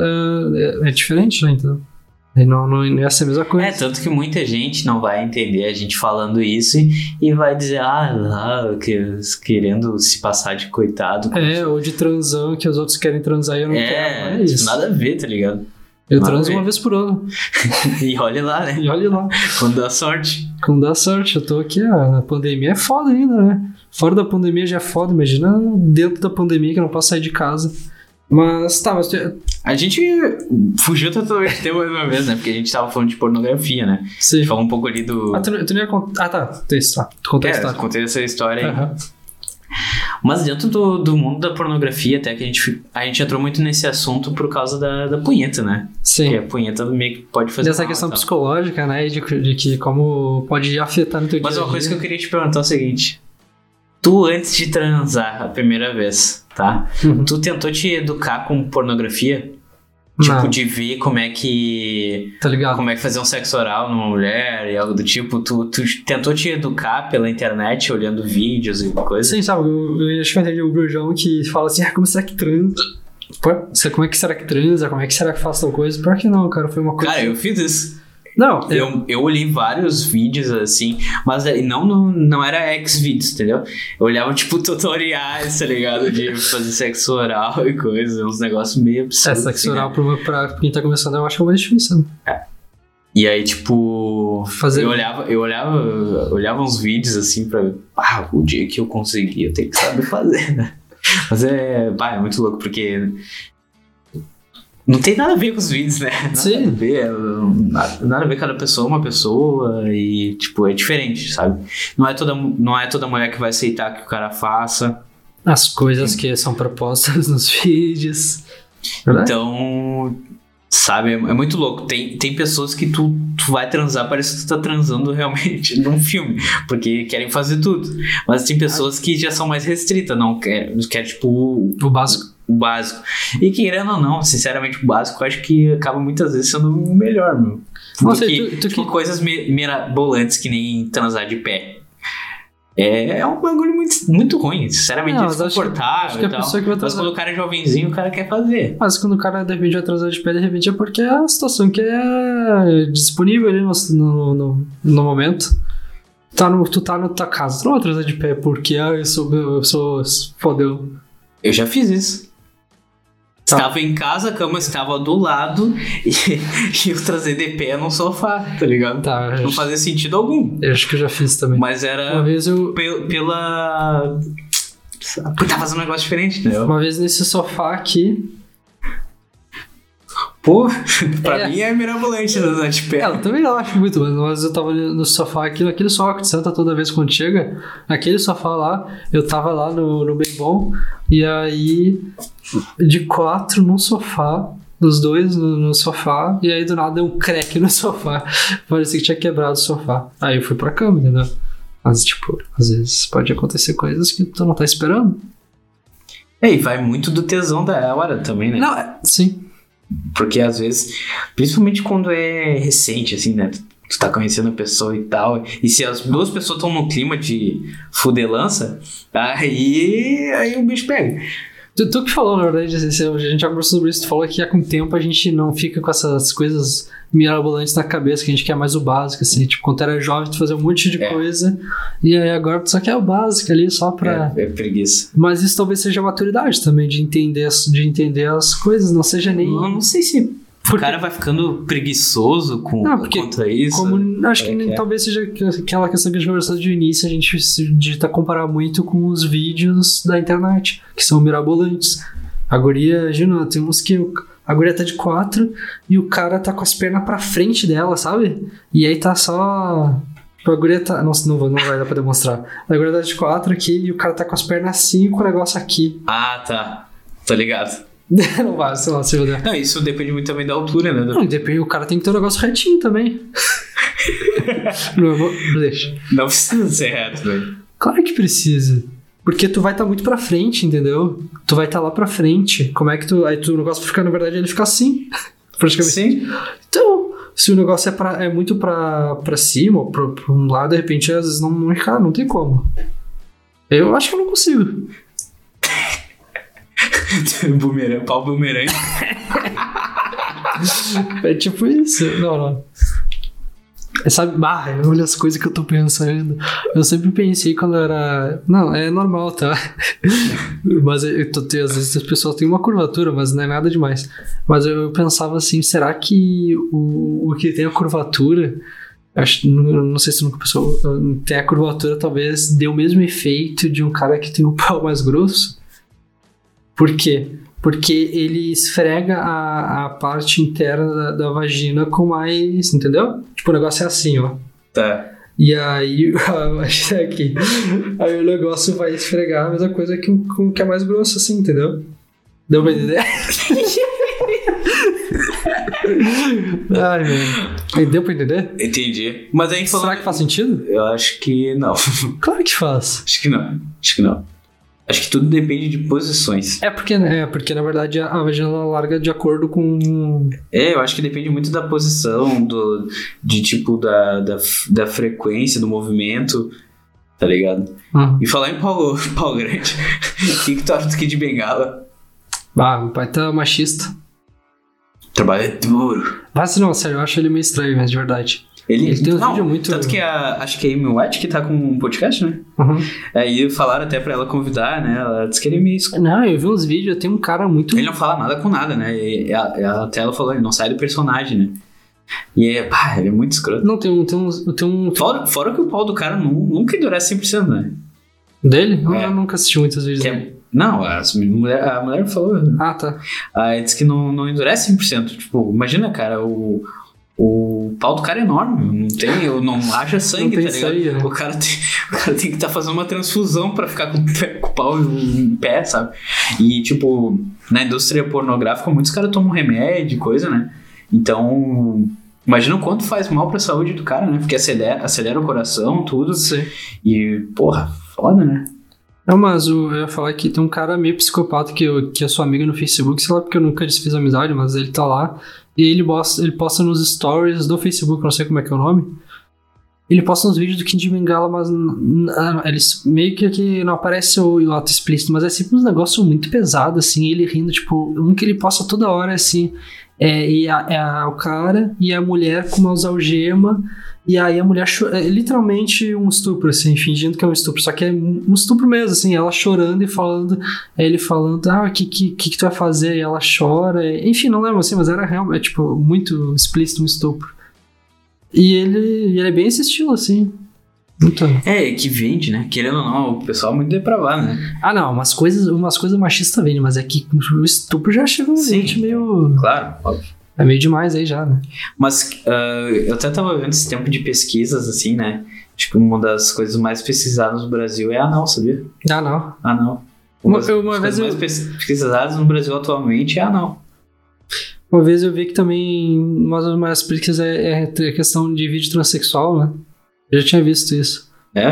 é diferente, né, então... Não ia ser a mesma coisa. Tanto que muita gente não vai entender a gente falando isso e vai dizer, querendo se passar de coitado. Ou de transão, que os outros querem transar e eu não quero. É isso. Nada a ver, tá ligado? Eu transo uma vez por ano. E olha lá, né? Quando dá sorte. Eu tô aqui, a pandemia é foda ainda, né? Fora da pandemia já é foda, imagina dentro da pandemia que eu não posso sair de casa. Mas a gente fugiu totalmente do tema mais uma vez, né? Porque a gente tava falando de pornografia, né? Sim. Falou um pouco ali do... tu não ia contar... tá. Tu contou a história. Eu contei essa história aí. Mas dentro do mundo da pornografia, até que a gente entrou muito nesse assunto por causa da punheta, né? Sim. Porque a punheta meio que pode fazer dessa questão psicológica, né? De que como pode afetar no teu dia. Mas uma coisa que eu queria te perguntar é o seguinte... Tu, antes de transar a primeira vez, tá? Tu tentou te educar com pornografia? Tipo, de ver como é que... Tá ligado? Como é que fazer um sexo oral numa mulher e algo do tipo. Tu tentou te educar pela internet, olhando vídeos e coisas? Sim, sabe? Eu acho que eu entendi o Brujão que fala assim, como será que transa? Como é que será que transa? Como é que será que faz tal coisa? Pior que não, cara. Foi uma coisa... Cara, eu fiz isso. Não, eu olhei vários vídeos assim, mas não era Xvideos, entendeu? Eu olhava tipo tutoriais, tá ligado? De fazer sexo oral e coisas, uns negócios meio absurdos. Sexo oral pra quem tá começando eu acho que é mais difícil, né? E aí, tipo, eu olhava uns vídeos assim pra ver, o dia que eu conseguir, eu tenho que saber fazer, né? Mas é muito louco, porque não tem nada a ver com os vídeos, né? Sim. Nada a ver, cada pessoa é uma pessoa e, tipo, é diferente, sabe? Não é toda mulher que vai aceitar que o cara faça as coisas que são propostas nos vídeos. Verdade? Então, sabe, é muito louco. Tem pessoas que tu vai transar, parece que tu tá transando realmente num filme, porque querem fazer tudo. Mas tem pessoas que já são mais restritas, não quer tipo... O básico. O básico. E querendo ou não, sinceramente, o básico eu acho que acaba muitas vezes sendo o melhor, meu. Nossa, tipo, coisas mirabolantes que nem transar de pé. É um bagulho muito ruim, sinceramente, desconfortável e tal. Mas quando o cara é jovenzinho, o cara quer fazer. Mas quando o cara de repente vai transar de pé, de repente é porque é a situação que é disponível ali no momento. Tu tá na tua casa, tu não vai transar de pé porque eu sou fodeu. Eu já fiz isso. Tá. Estava em casa, a cama estava do lado e eu trazei de pé no sofá, tá ligado? Tá, não fazia sentido algum. Eu acho que eu já fiz também. Mas era uma vez pela... Porque tá fazendo um negócio diferente, entendeu? Uma vez nesse sofá aqui... Pô, pra mim é mirabolante transar de pé. Eu também não acho muito, mas eu tava no sofá aqui, naquele sofá que tu senta toda vez quando chega, aquele sofá lá, eu tava lá no bem bom, e aí de 4 no sofá, dos dois no sofá, e aí do nada deu um crack no sofá, parecia que tinha quebrado o sofá. Aí eu fui pra cama, entendeu? Mas tipo, às vezes pode acontecer coisas que tu não tá esperando. E vai muito do tesão da hora também, né? Não, sim. Porque às vezes, principalmente quando é recente, assim, né? Tu tá conhecendo a pessoa e tal. E se as duas pessoas estão no clima de fudelança, aí o bicho pega. Tu que falou, na verdade, a gente já conversou sobre isso, tu falou que com o tempo a gente não fica com essas coisas mirabolantes na cabeça, que a gente quer mais o básico, assim, tipo, quando tu era jovem tu fazia um monte de coisa, e aí agora tu só quer o básico ali, só pra... É preguiça. Mas isso talvez seja maturidade também, de entender as coisas, não seja nem... Não sei se... O cara vai ficando preguiçoso contra isso. Acho que talvez seja aquela questão que a gente conversou de início, a gente digita comparar muito com os vídeos da internet, que são mirabolantes. A guria, tem uns que a guria tá de 4 e o cara tá com as pernas pra frente dela, sabe? E aí tá só... Tipo, a guria tá... Nossa, não vai dar pra demonstrar. A guria tá de 4 aqui e o cara tá com as pernas assim e com o negócio aqui. Ah, tá. Tô ligado. Não vai, sei lá, se eu der. Não, isso depende muito também da altura, né? Não, depende, o cara tem que ter um negócio retinho também. Deixa. Não precisa ser reto, velho. Claro que precisa. Porque tu vai estar muito pra frente, entendeu? Tu vai estar lá pra frente. Como é que tu... Aí o negócio fica, na verdade, ele fica assim. Praticamente. Sim. Então, se o negócio é muito pra cima, ou pra um lado, de repente, às vezes não tem como. Eu acho que eu não consigo. Pau bumerangue. É tipo isso. Não. Sabe, olha as coisas que eu tô pensando. Eu sempre pensei quando eu era... Não, é normal, tá? Mas às vezes as pessoas têm uma curvatura, mas não é nada demais. Mas eu pensava assim, será que o que tem a curvatura... não sei se nunca pensou... Tem a curvatura, talvez dê o mesmo efeito de um cara que tem um pau mais grosso. Por quê? Porque ele esfrega a parte interna da vagina com mais... Entendeu? Tipo, o negócio é assim, ó. Tá. E aí, aqui. Aí o negócio vai esfregar a mesma coisa que o que é mais grosso, assim, entendeu? Deu pra entender? Ai, mano. Deu pra entender? Entendi. Mas aí Será que faz sentido? Eu acho que não. Claro que faz. Acho que não. Acho que tudo depende de posições. Porque na verdade a vagina ela larga de acordo com... Eu acho que depende muito da posição, da frequência do movimento, tá ligado? E falar em pau grande, o que tu acha do Kid Bengala? Meu pai tá machista. Trabalha duro. Não, sério, eu acho ele meio estranho, mas de verdade. Ele tem uns vídeos muito... Tanto que acho que a Amy White que tá com um podcast, né? Aí falaram até pra ela convidar, né? Ela disse que ele é meio... Não, eu vi uns vídeos, tem um cara muito... Ele não fala nada com nada, né? Até ela falou, ele não sai do personagem, né? E ele é muito escroto. Não, tem um... Fora que o pau do cara nunca endurece 100%, né? Dele? Eu nunca assisti muitos vídeos dele. Não, a mulher falou. Tá. Aí disse que não endurece 100%. Tipo, imagina, cara, o pau do cara é enorme, não haja sangue, tá ligado? Sangue, né? O cara tem que estar fazendo uma transfusão pra ficar com o pau em pé, sabe? E, tipo, na indústria pornográfica, muitos caras tomam remédio e coisa, né? Então, imagina o quanto faz mal pra saúde do cara, né? Porque acelera o coração, tudo. Sim. E, porra, foda, né? Não, mas eu ia falar que tem um cara meio psicopata que é sua amiga no Facebook, sei lá, porque eu nunca desfiz amizade, mas ele tá lá. E ele posta nos stories do Facebook, não sei como é que é o nome. Ele posta uns vídeos do Kid Bengala, mas eles meio que não aparece o ato explícito, mas é sempre uns negócios muito pesados, assim, ele rindo, tipo, um que ele posta toda hora, assim, o cara e a mulher com umas algemas, e aí a mulher é literalmente um estupro, assim, fingindo que é um estupro, só que é um estupro mesmo, assim, ela chorando e falando, ele falando, o que tu vai fazer? E ela chora, enfim, não lembro assim, mas era realmente, tipo, muito explícito um estupro. E ele é bem esse estilo, assim. Muito. Que vende, né? Querendo ou não, o pessoal é muito depravado, né? Não, umas coisas machistas vendem, mas é que o estupro já chega um gente meio... Claro, óbvio. É meio demais aí já, né? Mas eu até tava vendo esse tempo de pesquisas, assim, né? Tipo, uma das coisas mais pesquisadas no Brasil é anal, sabia? Anal. Uma vez mais pesquisadas no Brasil atualmente é anal. Uma vez eu vi que também uma das maiores pesquisas é a questão de vídeo transexual, né? Eu já tinha visto isso.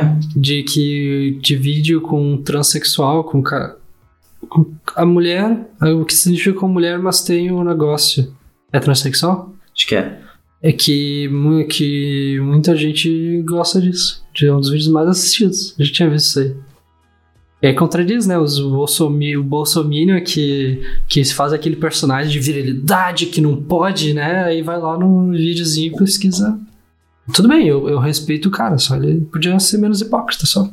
De vídeo com transexual, com a mulher, o que significa com mulher, mas tem um negócio. É transexual? Acho que é. É que muita gente gosta disso. É um dos vídeos mais assistidos. Eu já tinha visto isso aí. E aí contradiz, né? O Bolsominion que faz aquele personagem de virilidade que não pode, né? Aí vai lá num videozinho e pesquisa. Tudo bem, eu respeito o cara, só ele podia ser menos hipócrita, só.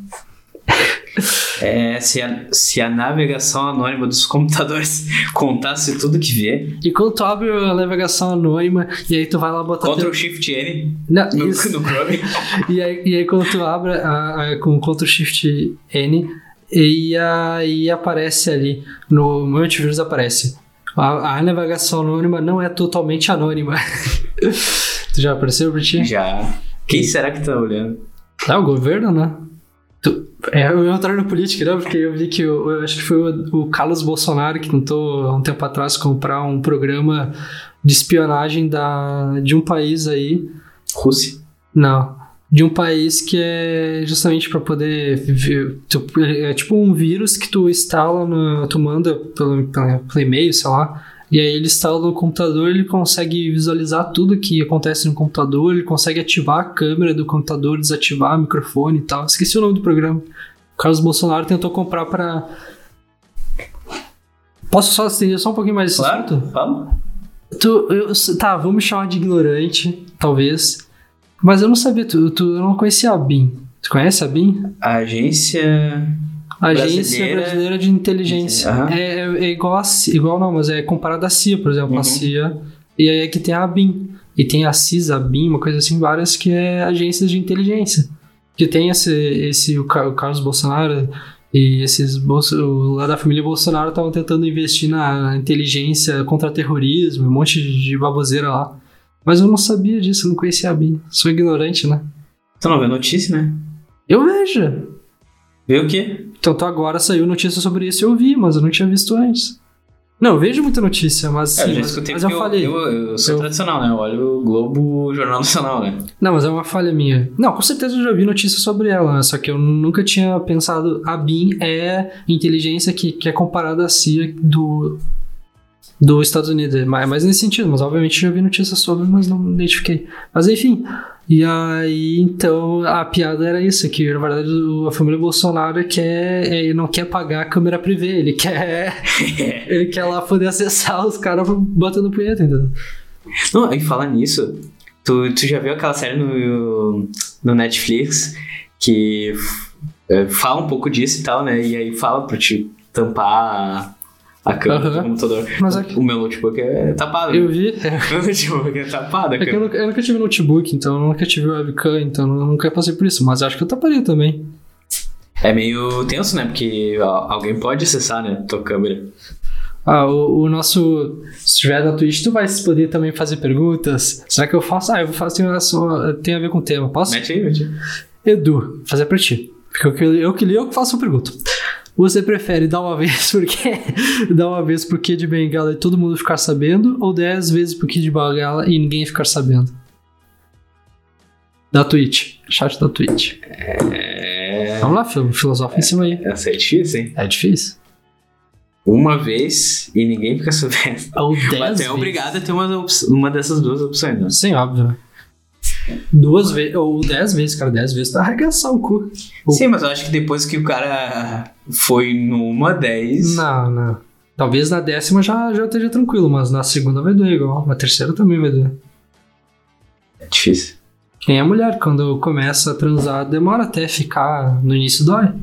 Se a navegação anônima dos computadores contasse tudo que vê. E quando tu abre a navegação anônima e aí tu vai lá botar... Ctrl-Shift-N no Chrome. e aí quando tu abre com Ctrl-Shift-N e aí aparece ali, no meu antivírus aparece. A navegação anônima não é totalmente anônima. Tu já apareceu pra ti? Já. Quem será que tá olhando? O governo, né? Eu ia entrar na política, né? Porque eu vi que eu acho que foi o Carlos Bolsonaro que tentou, há um tempo atrás, comprar um programa de espionagem de um país aí. Rússia? Não. De um país que é justamente para poder... É tipo um vírus que tu instala, tu manda pelo e-mail, sei lá. E aí ele instala no computador, ele consegue visualizar tudo que acontece no computador, ele consegue ativar a câmera do computador, desativar o microfone e tal. Esqueci o nome do programa. O Carlos Bolsonaro tentou comprar pra... Posso só estender só um pouquinho mais desse assunto? Fala. Tá, vamos me chamar de ignorante, talvez. Mas eu não sabia, eu não conhecia a BIM. Tu conhece a BIM? A Agência Brasileira de Inteligência. É igual não, mas é comparado à CIA, por exemplo. A CIA. E aí aqui tem a BIM. E tem a CISA, a BIM, uma coisa assim, várias que é agências de inteligência. Que tem o Carlos Bolsonaro e lá da família Bolsonaro estavam tentando investir na inteligência contra terrorismo, um monte de baboseira lá. Mas eu não sabia disso, eu não conhecia a BIM. Sou ignorante, né? Tu não vê notícia, né? Eu vejo. Vê o quê? Tanto agora saiu notícia sobre isso e eu vi, mas eu não tinha visto antes. Não, eu vejo muita notícia, mas sim, eu já escutei, mas eu falei. Eu sou tradicional, né? Eu olho o Globo, o Jornal Nacional, né? Não, mas é uma falha minha. Não, com certeza eu já vi notícia sobre ela, né? Só que eu nunca tinha pensado. A BIM é inteligência que é comparada à CIA dos Estados Unidos. É mais nesse sentido, mas obviamente já vi notícias sobre, mas não identifiquei. Mas enfim. E aí, então, a piada era isso, que na verdade a família Bolsonaro não quer pagar a câmera privê, ele quer lá poder acessar os caras batendo punheta, entendeu? Não, e falar nisso, tu já viu aquela série no Netflix que fala um pouco disso e tal, né? E aí fala pra te tampar a câmera do computador. Mas o meu notebook é tapado. Eu vi. O notebook é tapado. É que eu nunca tive notebook, então eu nunca tive webcam, então eu nunca passei por isso. Mas acho que eu taparia também. É meio tenso, né? Porque alguém pode acessar, né? Tua câmera. O nosso... Se tiver na Twitch, tu vai poder também fazer perguntas. Será que eu faço? Eu vou fazer tem a ver com o tema. Posso? Mete aí. Edu, fazer pra ti. Porque eu que li, eu que faço a pergunta. Você prefere dar uma vez por Kid de Bengala e todo mundo ficar sabendo, ou 10 vezes por Kid de Bengala e ninguém ficar sabendo? Da Twitch. Chat da Twitch. Vamos lá, filosofa em cima aí. Essa é difícil, hein? É difícil. Uma vez e ninguém fica sabendo. Ou 10 vezes. É obrigado a ter uma dessas duas opções, né? Sim, óbvio. 2 vezes, ou 10 vezes, cara, 10 vezes tá arregaçar o cu. Sim, mas eu acho que depois que o cara foi numa 10... Não. Talvez na 10ª já esteja tranquilo, mas na segunda vai doer igual. Na terceira também vai doer. É difícil. Quem é mulher, quando começa a transar, demora até ficar... No início dói.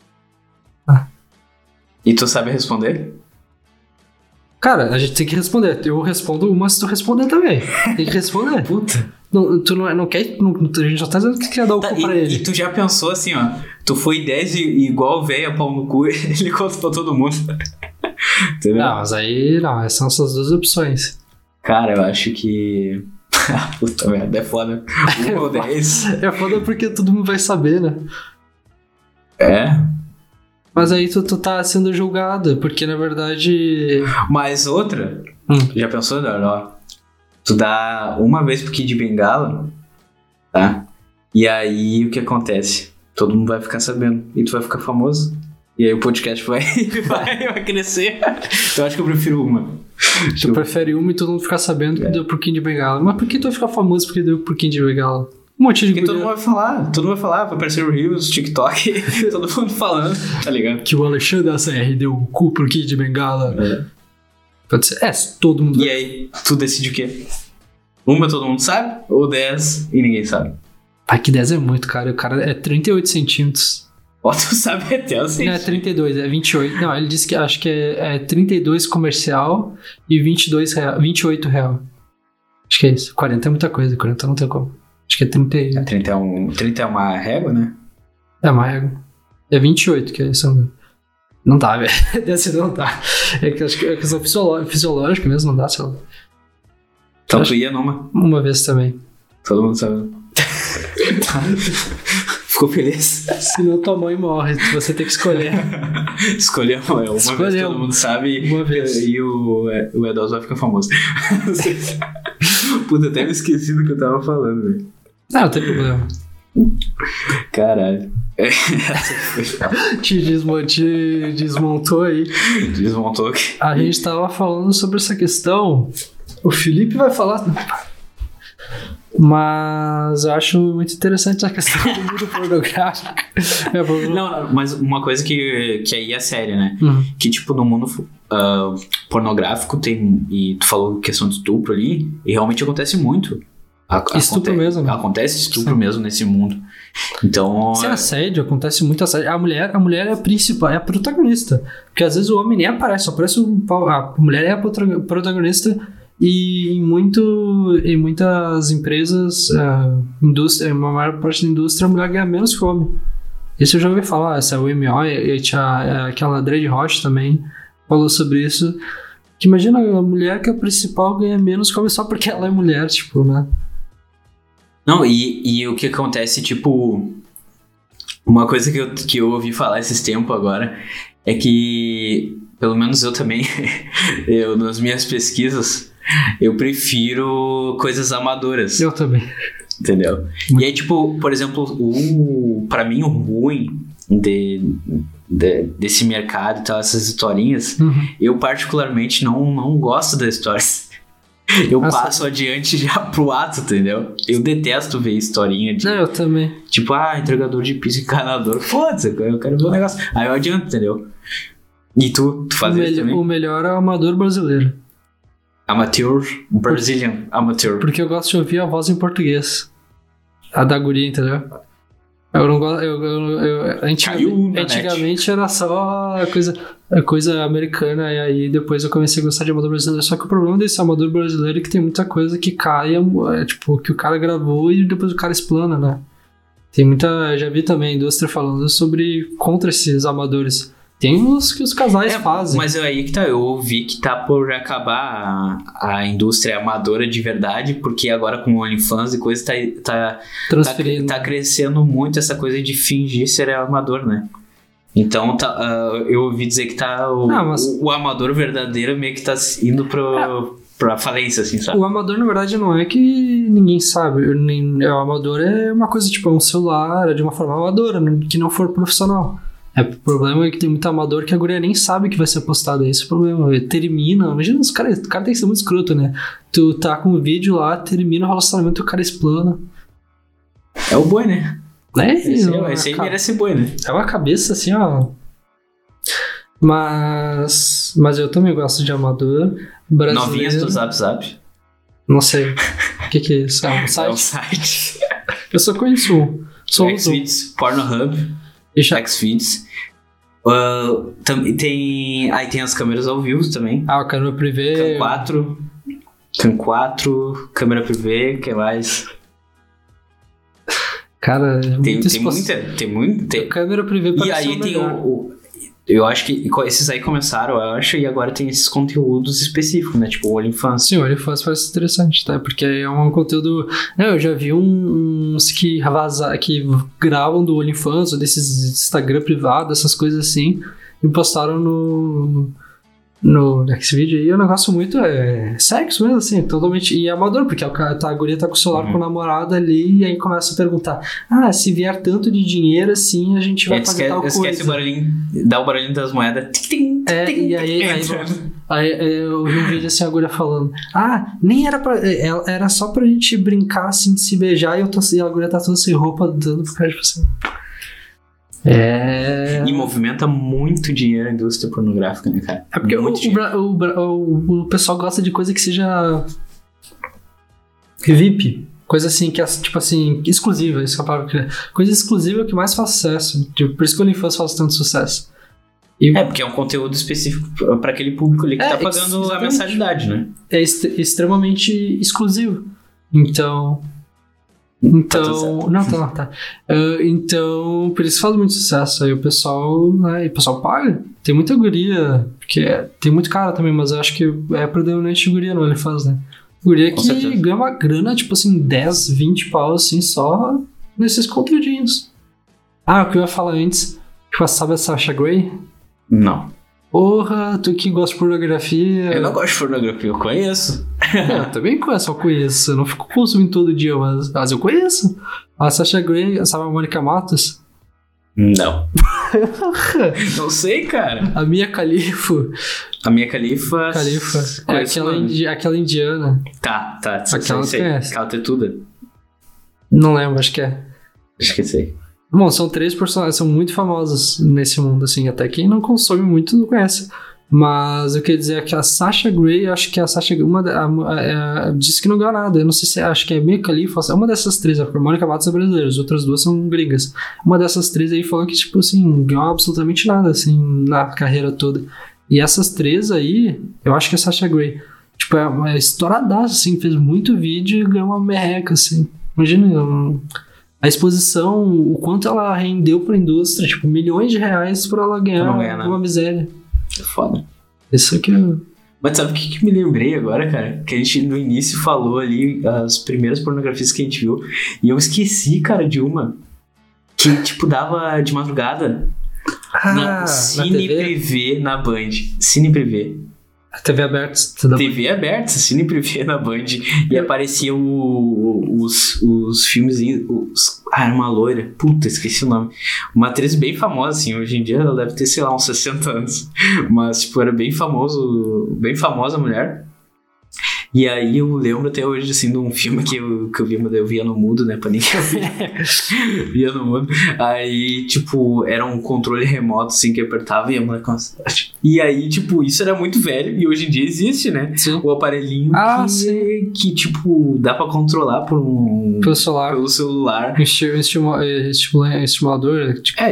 E tu sabe responder? Cara, a gente tem que responder. Eu respondo uma se tu responder também. Tem que responder. Puta. Tu não quer... a gente já tá dizendo que quer dar o cu pra ele. E tu já pensou assim, ó. Tu foi 10 e igual velho pau no cu, ele conta pra todo mundo. Entendeu? Não, mas aí... Não, essas são essas duas opções. Cara, eu acho que... Puta merda, é foda. 1 ou 10. É foda porque todo mundo vai saber, né? É... Mas aí tu tá sendo julgado, porque na verdade... Mas outra, já pensou, Daró? Tu dá uma vez pro Kid de Bengala, tá? E aí o que acontece? Todo mundo vai ficar sabendo. E tu vai ficar famoso. E aí o podcast vai crescer. Então eu acho que eu prefiro uma. Tu prefere uma e todo mundo ficar sabendo que deu pro Kid de Bengala. Mas por que tu vai ficar famoso porque deu pro Kid de Bengala? Um monte de porque todo mundo vai falar, vai aparecer o Reels, TikTok, todo mundo falando, tá ligado? Que o Alexandre ACR deu o cu pro Kid de Bengala. Pode ser, todo mundo... E aí, tu decide o quê? Uma todo mundo sabe, ou 10 e ninguém sabe? Que 10 é muito, cara. O cara é 38 centímetros. Ó, tu sabe até o centímetro. Não, é 32, é 28. Não, ele disse que acho que é 32 comercial e 28 real. Acho que é isso. 40 é muita coisa, 40 não tem como. Acho que é 30. 30 é uma régua, né? É uma régua. É 28, que é isso. Não dá, velho. Desse não dá. É que acho que é questão fisiológica mesmo, não dá, sei lá. Então tu ia numa? Uma vez também. Todo mundo sabe. Ficou feliz? Senão tua mãe morre, você tem que escolher. Escolher uma vez, todo mundo sabe. Uma vez. E o Edos vai ficar famoso. Puta, até me esqueci do que eu tava falando, velho. Não tem problema. Caralho. Te desmontou aí. Desmontou aqui. A gente tava falando sobre essa questão. O Felipe vai falar. Mas eu acho muito interessante a questão do mundo pornográfico. Não, mas uma coisa que aí é séria, né? Que tipo, no mundo pornográfico tem... E tu falou questão de estupro ali, e realmente acontece muito. Estupro mesmo, né? Acontece estupro mesmo nesse mundo. Então... Se é assédio, acontece muito assédio. A mulher é a principal, é a protagonista. Porque às vezes o homem nem aparece, só aparece a mulher é a protagonista. E em muitas empresas, indústria, uma maior parte da indústria, a mulher ganha menos que o homem. Isso eu já ouvi falar, essa UMO, e aquela Dredd Rocha também falou sobre isso. Que imagina, a mulher que é a principal ganha menos que o homem só porque ela é mulher, tipo, né? Não, e o que acontece, tipo... Uma coisa que eu ouvi falar esses tempos agora é que pelo menos eu também, nas minhas pesquisas, eu prefiro coisas amadoras. Eu também. Entendeu? E aí, tipo, por exemplo, pra mim o ruim desse mercado e tal, essas historinhas, eu particularmente não gosto das histórias. Eu passo adiante já pro ato, entendeu? Eu detesto ver historinha de... Não, eu também. Tipo, entregador de pizza encanador. Foda-se, eu quero ver o negócio. Aí eu adianto, entendeu? E tu faz isso também? O melhor é o amador brasileiro. Amateur, Brazilian amateur. Porque eu gosto de ouvir a voz em português. A da guria, entendeu? Eu não gosto... Antigamente era só coisa americana, e aí depois eu comecei a gostar de amador brasileiro. Só que o problema desse amador brasileiro é que tem muita coisa que cai, tipo, que o cara gravou e depois o cara explana, né? Tem muita... Já vi também a indústria falando contra esses amadores. Tem os que os casais fazem. Mas aí que tá, eu ouvi que tá por acabar a indústria amadora de verdade, porque agora com o OnlyFans e coisa tá crescendo muito essa coisa de fingir ser amador, né? Então eu ouvi dizer que o amador verdadeiro meio que tá indo pra falência, assim, sabe? O amador, na verdade, não é que ninguém sabe. O amador é uma coisa, tipo, um celular, é de uma forma amadora, que não for profissional. O problema é que tem muito amador que a guria nem sabe que vai ser postado. Esse é o problema. Termina. Imagina, o cara tem que ser muito escroto, né? Tu tá com um vídeo lá, termina o relacionamento e o cara explana. É o boi, né? Esse aí merece boi, né? É uma cabeça assim, ó. Mas eu também gosto de amador brasileiro. Novinhas do Zap Zap? Não sei. O que é isso? É um site? É um site. Eu só conheço um. Xvideos, Pornhub, Xvideos. Tem as câmeras ao vivo também. O câmera privê. Cam 4, câmera privê, o que mais? Cara, tem muita. Câmera privê parece. E aí tem eu acho que esses aí começaram, e agora tem esses conteúdos específicos, né? Tipo o OnlyFans. Sim, o OnlyFans parece interessante, tá? Porque é um conteúdo... Eu já vi uns que gravam do OnlyFans, ou desses Instagram privado, essas coisas assim, e postaram no Xvideo, e o negócio muito sexo mesmo, assim, totalmente, e é amador, porque a guria tá com o celular com a namorada ali, e aí começa a perguntar, se vier tanto de dinheiro assim, a gente vai fazer tal coisa. Esquece o barulhinho, dá o barulhinho das moedas. E aí eu vi um vídeo assim, a guria falando, nem era pra, era só pra gente brincar, assim, de se beijar, e a guria tá toda sem roupa, dando pro cara, tipo assim... E movimenta muito dinheiro a indústria pornográfica, né, cara? É porque o pessoal gosta de coisa que seja VIP. Coisa assim, que é, tipo assim, exclusiva. Isso que é a palavra. Coisa exclusiva que mais faz sucesso. Por isso que o OnlyFans faz tanto sucesso. Porque é um conteúdo específico pra aquele público ali que tá pagando a mensalidade, né? É extremamente exclusivo. Então, por isso faz muito sucesso. Aí o pessoal paga. Tem muita guria, porque tem muito cara também, mas eu acho que é predominante de guria, não ele faz, né? Guria que ganha uma grana, tipo assim, 10, 20 pau, assim, só nesses conteúdinhos. O que eu ia falar antes, sabe a Sasha Grey? Não. Porra, tu que gosta de pornografia... Eu não gosto de pornografia, eu conheço. Eu também conheço, eu conheço. Eu não fico consumindo todo dia, mas eu conheço. A Sasha Grey, sabe a Mônica Matos? Não. Não sei, cara. A Mia Khalifa. A Mia Khalifa... É aquela indiana. Tá. Aquela sei. Aquela tetuda. Não lembro, acho que é. Acho que sei. Bom, são 3 personagens, são muito famosos nesse mundo, assim, até quem não consome muito não conhece. Mas eu queria dizer que a Sasha Grey, acho que a Sasha disse que não ganhou nada. Eu não sei se acho que é Mia Khalifa, uma dessas três, a Mônica Matos é brasileira, as outras duas são gringas. Uma dessas três aí falou que, tipo assim, ganhou absolutamente nada, assim, na carreira toda. E essas três aí, eu acho que é a Sasha Grey. Tipo, é estouradaça, assim, fez muito vídeo e ganhou uma merreca, assim. Imagina, a exposição, o quanto ela rendeu pra indústria, tipo, milhões de reais pra ela ganhar uma miséria. É foda. Isso aqui é... Mas sabe o que me lembrei agora, cara? Que a gente no início falou ali as primeiras pornografias que a gente viu. E eu esqueci, cara, de uma que, tipo, dava de madrugada. Não, Cine Privé na Band. Cine Privé. TV aberta. TV aberta, Cine Privé na Band. E apareciam os filmezinhos. Era uma loira. Puta, esqueci o nome. Uma atriz bem famosa, assim. Hoje em dia ela deve ter, sei lá, uns 60 anos. Mas, tipo, era bem famosa a mulher. E aí eu lembro até hoje, assim, de um filme que eu vi, mas eu via no mudo, né, pra ninguém ver. Via no mudo. Aí, tipo, era um controle remoto, assim, que apertava e a mulher... E aí, tipo, isso era muito velho e hoje em dia existe, né? Sim. O aparelhinho que, tipo, dá pra controlar pelo celular. Estimulador, tipo,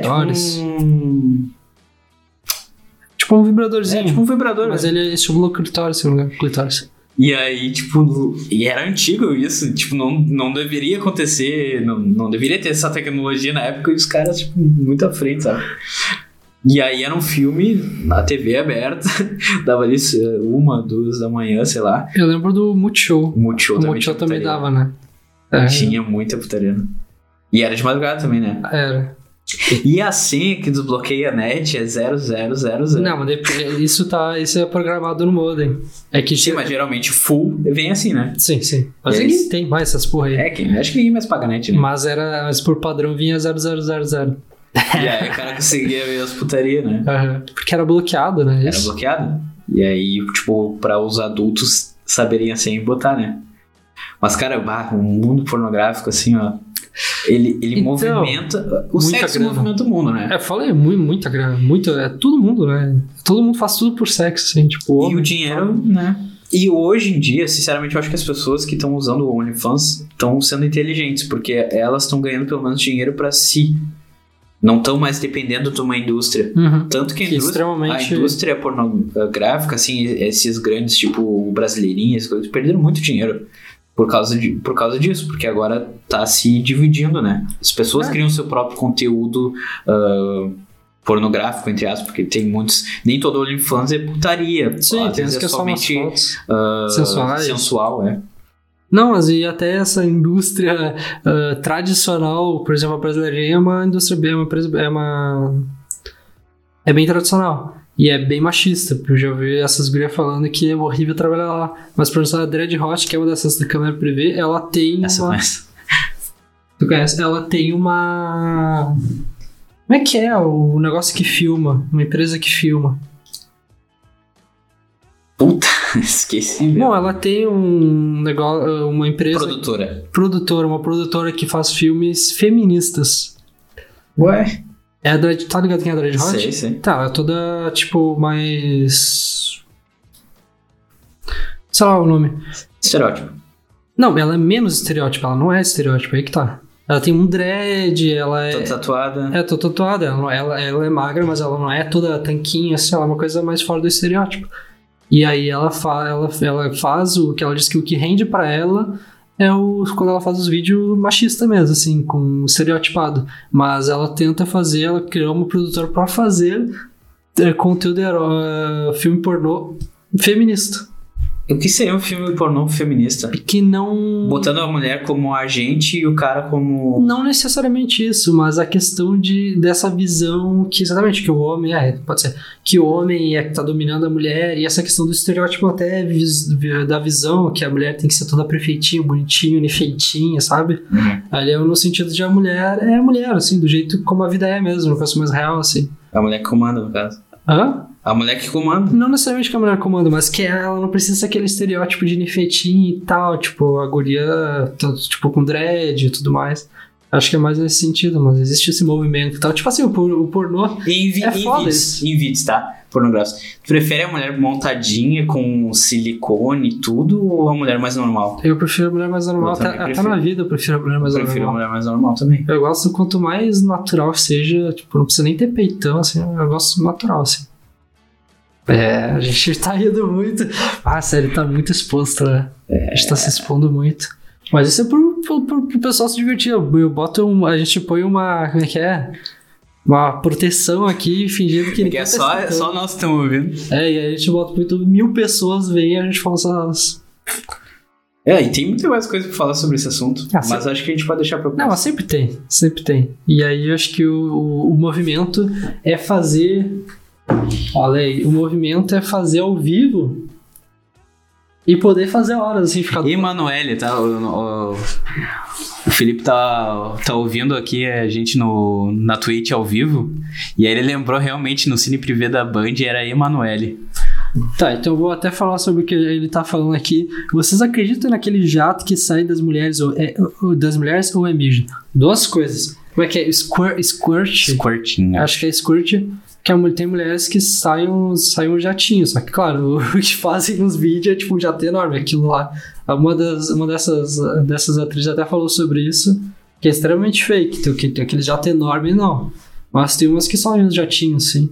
tipo um vibradorzinho. Tipo um vibrador. Mas ele estimula o clitóris, se não me engano, clitóris. E aí, tipo, e era antigo isso, tipo, não deveria acontecer, não deveria ter essa tecnologia na época e os caras, tipo, muito à frente, sabe? E aí era um filme na TV aberta, dava ali 1, 2 da manhã, sei lá. Eu lembro do Multishow. O Multishow também dava, né? Tinha muita putaria. E era de madrugada também, né? Era. E a senha que desbloqueia a net é 0000. Não, mas isso é programado no modem. Sim, mas geralmente full vem assim, né? Sim. Mas ninguém tem mais essas porra aí. Acho que ninguém mais paga net, né? Mas por padrão vinha 0000. E aí o cara conseguia ver as putarias, né? Porque era bloqueado, né? Era bloqueado. E aí, tipo, pra os adultos saberem a senha e botar, né? Mas, cara, o mundo pornográfico, assim, ó... Ele movimenta... O sexo movimenta o mundo, né? Falei, muita grana. É todo mundo, né? Todo mundo faz tudo por sexo, assim, tipo... E o dinheiro, né? E hoje em dia, sinceramente, eu acho que as pessoas que estão usando o OnlyFans estão sendo inteligentes, porque elas estão ganhando pelo menos dinheiro pra si. Não estão mais dependendo de uma indústria. Tanto que a indústria pornográfica, assim, esses grandes, tipo o Brasileirinho, essas coisas, perderam muito dinheiro. Por causa disso, porque agora tá se dividindo, né? As pessoas criam seu próprio conteúdo pornográfico, entre aspas, porque tem muitos... Nem todo OnlyFans é putaria. Sim, tem que é somente sensual, Não, mas e até essa indústria tradicional, por exemplo, a brasileirinha é uma indústria é bem tradicional. E é bem machista, porque eu já ouvi essas gurias falando que é horrível trabalhar lá. Mas, por exemplo, a Dread Hot, que é uma dessas da câmera privê, ela tem Tu conhece? Ela tem uma... Como é que é o negócio que filma? Uma empresa que filma. Puta, esqueci mesmo. Não, ela tem um negócio, uma empresa... Uma produtora que faz filmes feministas. Ué? É a Dread, tá ligado quem é a Dread Hot? Sei. Tá, é toda, tipo, mais... Sei lá o nome. Estereótipo. Não, ela é menos estereótipo, ela não é estereótipo, aí que tá. Ela tem um dread, ela é... Toda tatuada. Toda tatuada, ela é magra, mas ela não é toda tanquinha, assim, ela é uma coisa mais fora do estereótipo. E aí ela faz o que ela diz que o que rende pra ela... quando ela faz os vídeos machista mesmo, assim, com estereotipado. Mas ela tenta fazer, ela criou uma produtora pra fazer conteúdo filme pornô feminista. O que seria um filme pornô feminista? Que não... Botando a mulher como agente e o cara como... Não necessariamente isso, mas a questão dessa visão que, exatamente, que o homem... pode ser. Que o homem é que tá dominando a mulher, e essa questão do estereótipo até da visão, que a mulher tem que ser toda perfeitinha, bonitinha, unifeitinha, sabe? Ali é no sentido de a mulher é a mulher, assim, do jeito como a vida é mesmo, no caso mais real, assim. A mulher que comanda, no caso. Hã? A mulher que comanda. Não necessariamente que a mulher comanda, mas que ela não precisa ser aquele estereótipo de nifetinho e tal, tipo, a guria, tipo, com dread e tudo mais. Acho que é mais nesse sentido, mas existe esse movimento e tal. Tipo assim, o pornô em vídeos, tá? Pornográficos. Tu prefere a mulher montadinha com silicone e tudo ou a mulher mais normal? Eu prefiro a mulher mais normal. Até na vida eu prefiro a mulher mais normal. Eu prefiro a mulher mais normal também. Eu gosto quanto mais natural seja, tipo, não precisa nem ter peitão, assim, eu gosto natural, assim. A gente tá indo muito. A série tá muito exposta, né? A gente tá se expondo muito. Mas isso é pro pessoal se divertir. A gente põe uma... Como é que é? Uma proteção aqui, fingindo que ninguém tá só nós estamos ouvindo. E aí a gente bota 1.000 pessoas, vem e a gente fala essas... E tem muita mais coisa pra falar sobre esse assunto. Mas acho que a gente pode deixar pra próxima. Não, mas sempre tem. E aí eu acho que o movimento é fazer... Olha aí, o movimento é fazer ao vivo e poder fazer horas, assim, ficar... Emanuele, tá? O Felipe tá ouvindo aqui a gente na Twitch ao vivo, e aí ele lembrou realmente no Cine Privé da Band era Emanuele. Tá, então eu vou até falar sobre o que ele tá falando aqui. Vocês acreditam naquele jato que sai das mulheres ou é mijo? Duas coisas. Como é que é? Squirting. Acho que é squirt. Que tem mulheres que saem um jatinho, só que, claro, o que fazem nos vídeos é tipo um jato enorme, aquilo lá. Uma dessas atrizes até falou sobre isso, que é extremamente fake, tem aquele jato enorme, não. Mas tem umas que saem uns jatinhos, sim.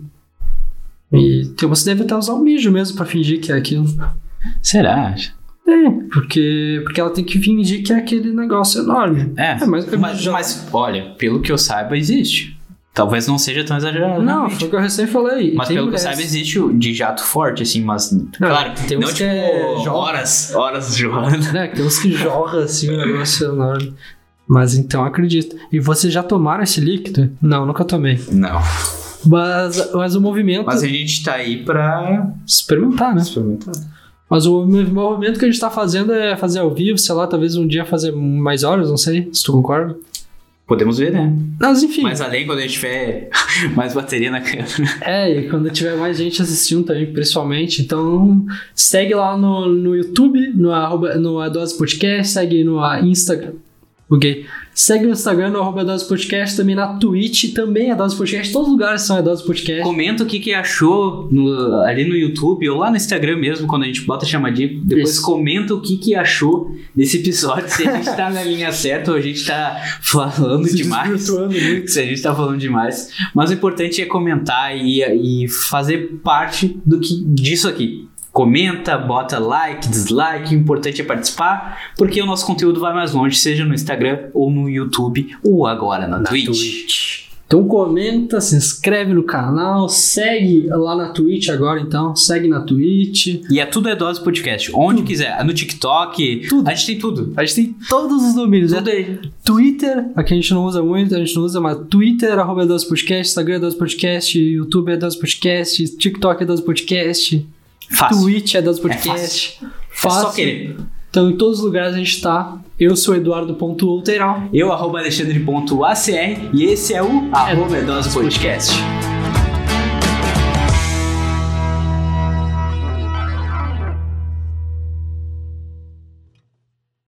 E tem umas que devem até usar um mijo mesmo pra fingir que é aquilo. Será? Porque ela tem que fingir que é aquele negócio enorme. Mas olha, pelo que eu saiba, existe. Talvez não seja tão exagerado. Não, foi o que eu recém falei. Mas pelo que eu saiba, existe o de jato forte, assim, mas... Claro, tem uns tipo horas jorrando. Tem uns que jorram, assim, um negócio enorme. Mas então, acredito. E vocês já tomaram esse líquido? Não, nunca tomei. Não. Mas o movimento... Mas a gente tá aí pra... experimentar, né? Mas o movimento que a gente tá fazendo é fazer ao vivo, sei lá, talvez um dia fazer mais horas, não sei, se tu concorda. Podemos ver, né? Mas enfim. Mas além, quando a gente tiver mais bateria na câmera. E quando tiver mais gente assistindo também, principalmente. Então, segue lá no YouTube, no A12 Podcast, segue no Instagram. Ok. Segue no Instagram, no @A12 Podcast, também na Twitch, também A12 Podcast. Todos os lugares são A12 Podcast. Comenta o que achou ali no YouTube ou lá no Instagram mesmo, quando a gente bota a chamadinha. Depois comenta o que achou desse episódio. Se a gente tá na linha certa ou a gente tá falando demais. Se a gente tá falando demais. Mas o importante é comentar e fazer parte disso aqui. Comenta, bota like, dislike, o importante é participar, porque o nosso conteúdo vai mais longe, seja no Instagram ou no YouTube, ou agora na Twitch. Então comenta, se inscreve no canal, segue lá na Twitch agora então, segue na Twitch. E tudo é Dose Podcast, onde quiser, no TikTok, tudo. A gente tem tudo. A gente tem todos os domínios. Tudo aí. Twitter, aqui a gente não usa muito, mas Twitter, @Dose Podcast, Instagram é Dose Podcast, YouTube é Dose Podcast, TikTok é Dose Podcast. Fácil. Twitch é das podcasts. Fácil. É só querer. Então, em todos os lugares a gente tá. Eu sou Eduardo.Outeral. Eu, @Alexandre.acr. E esse é o @Dose Podcast.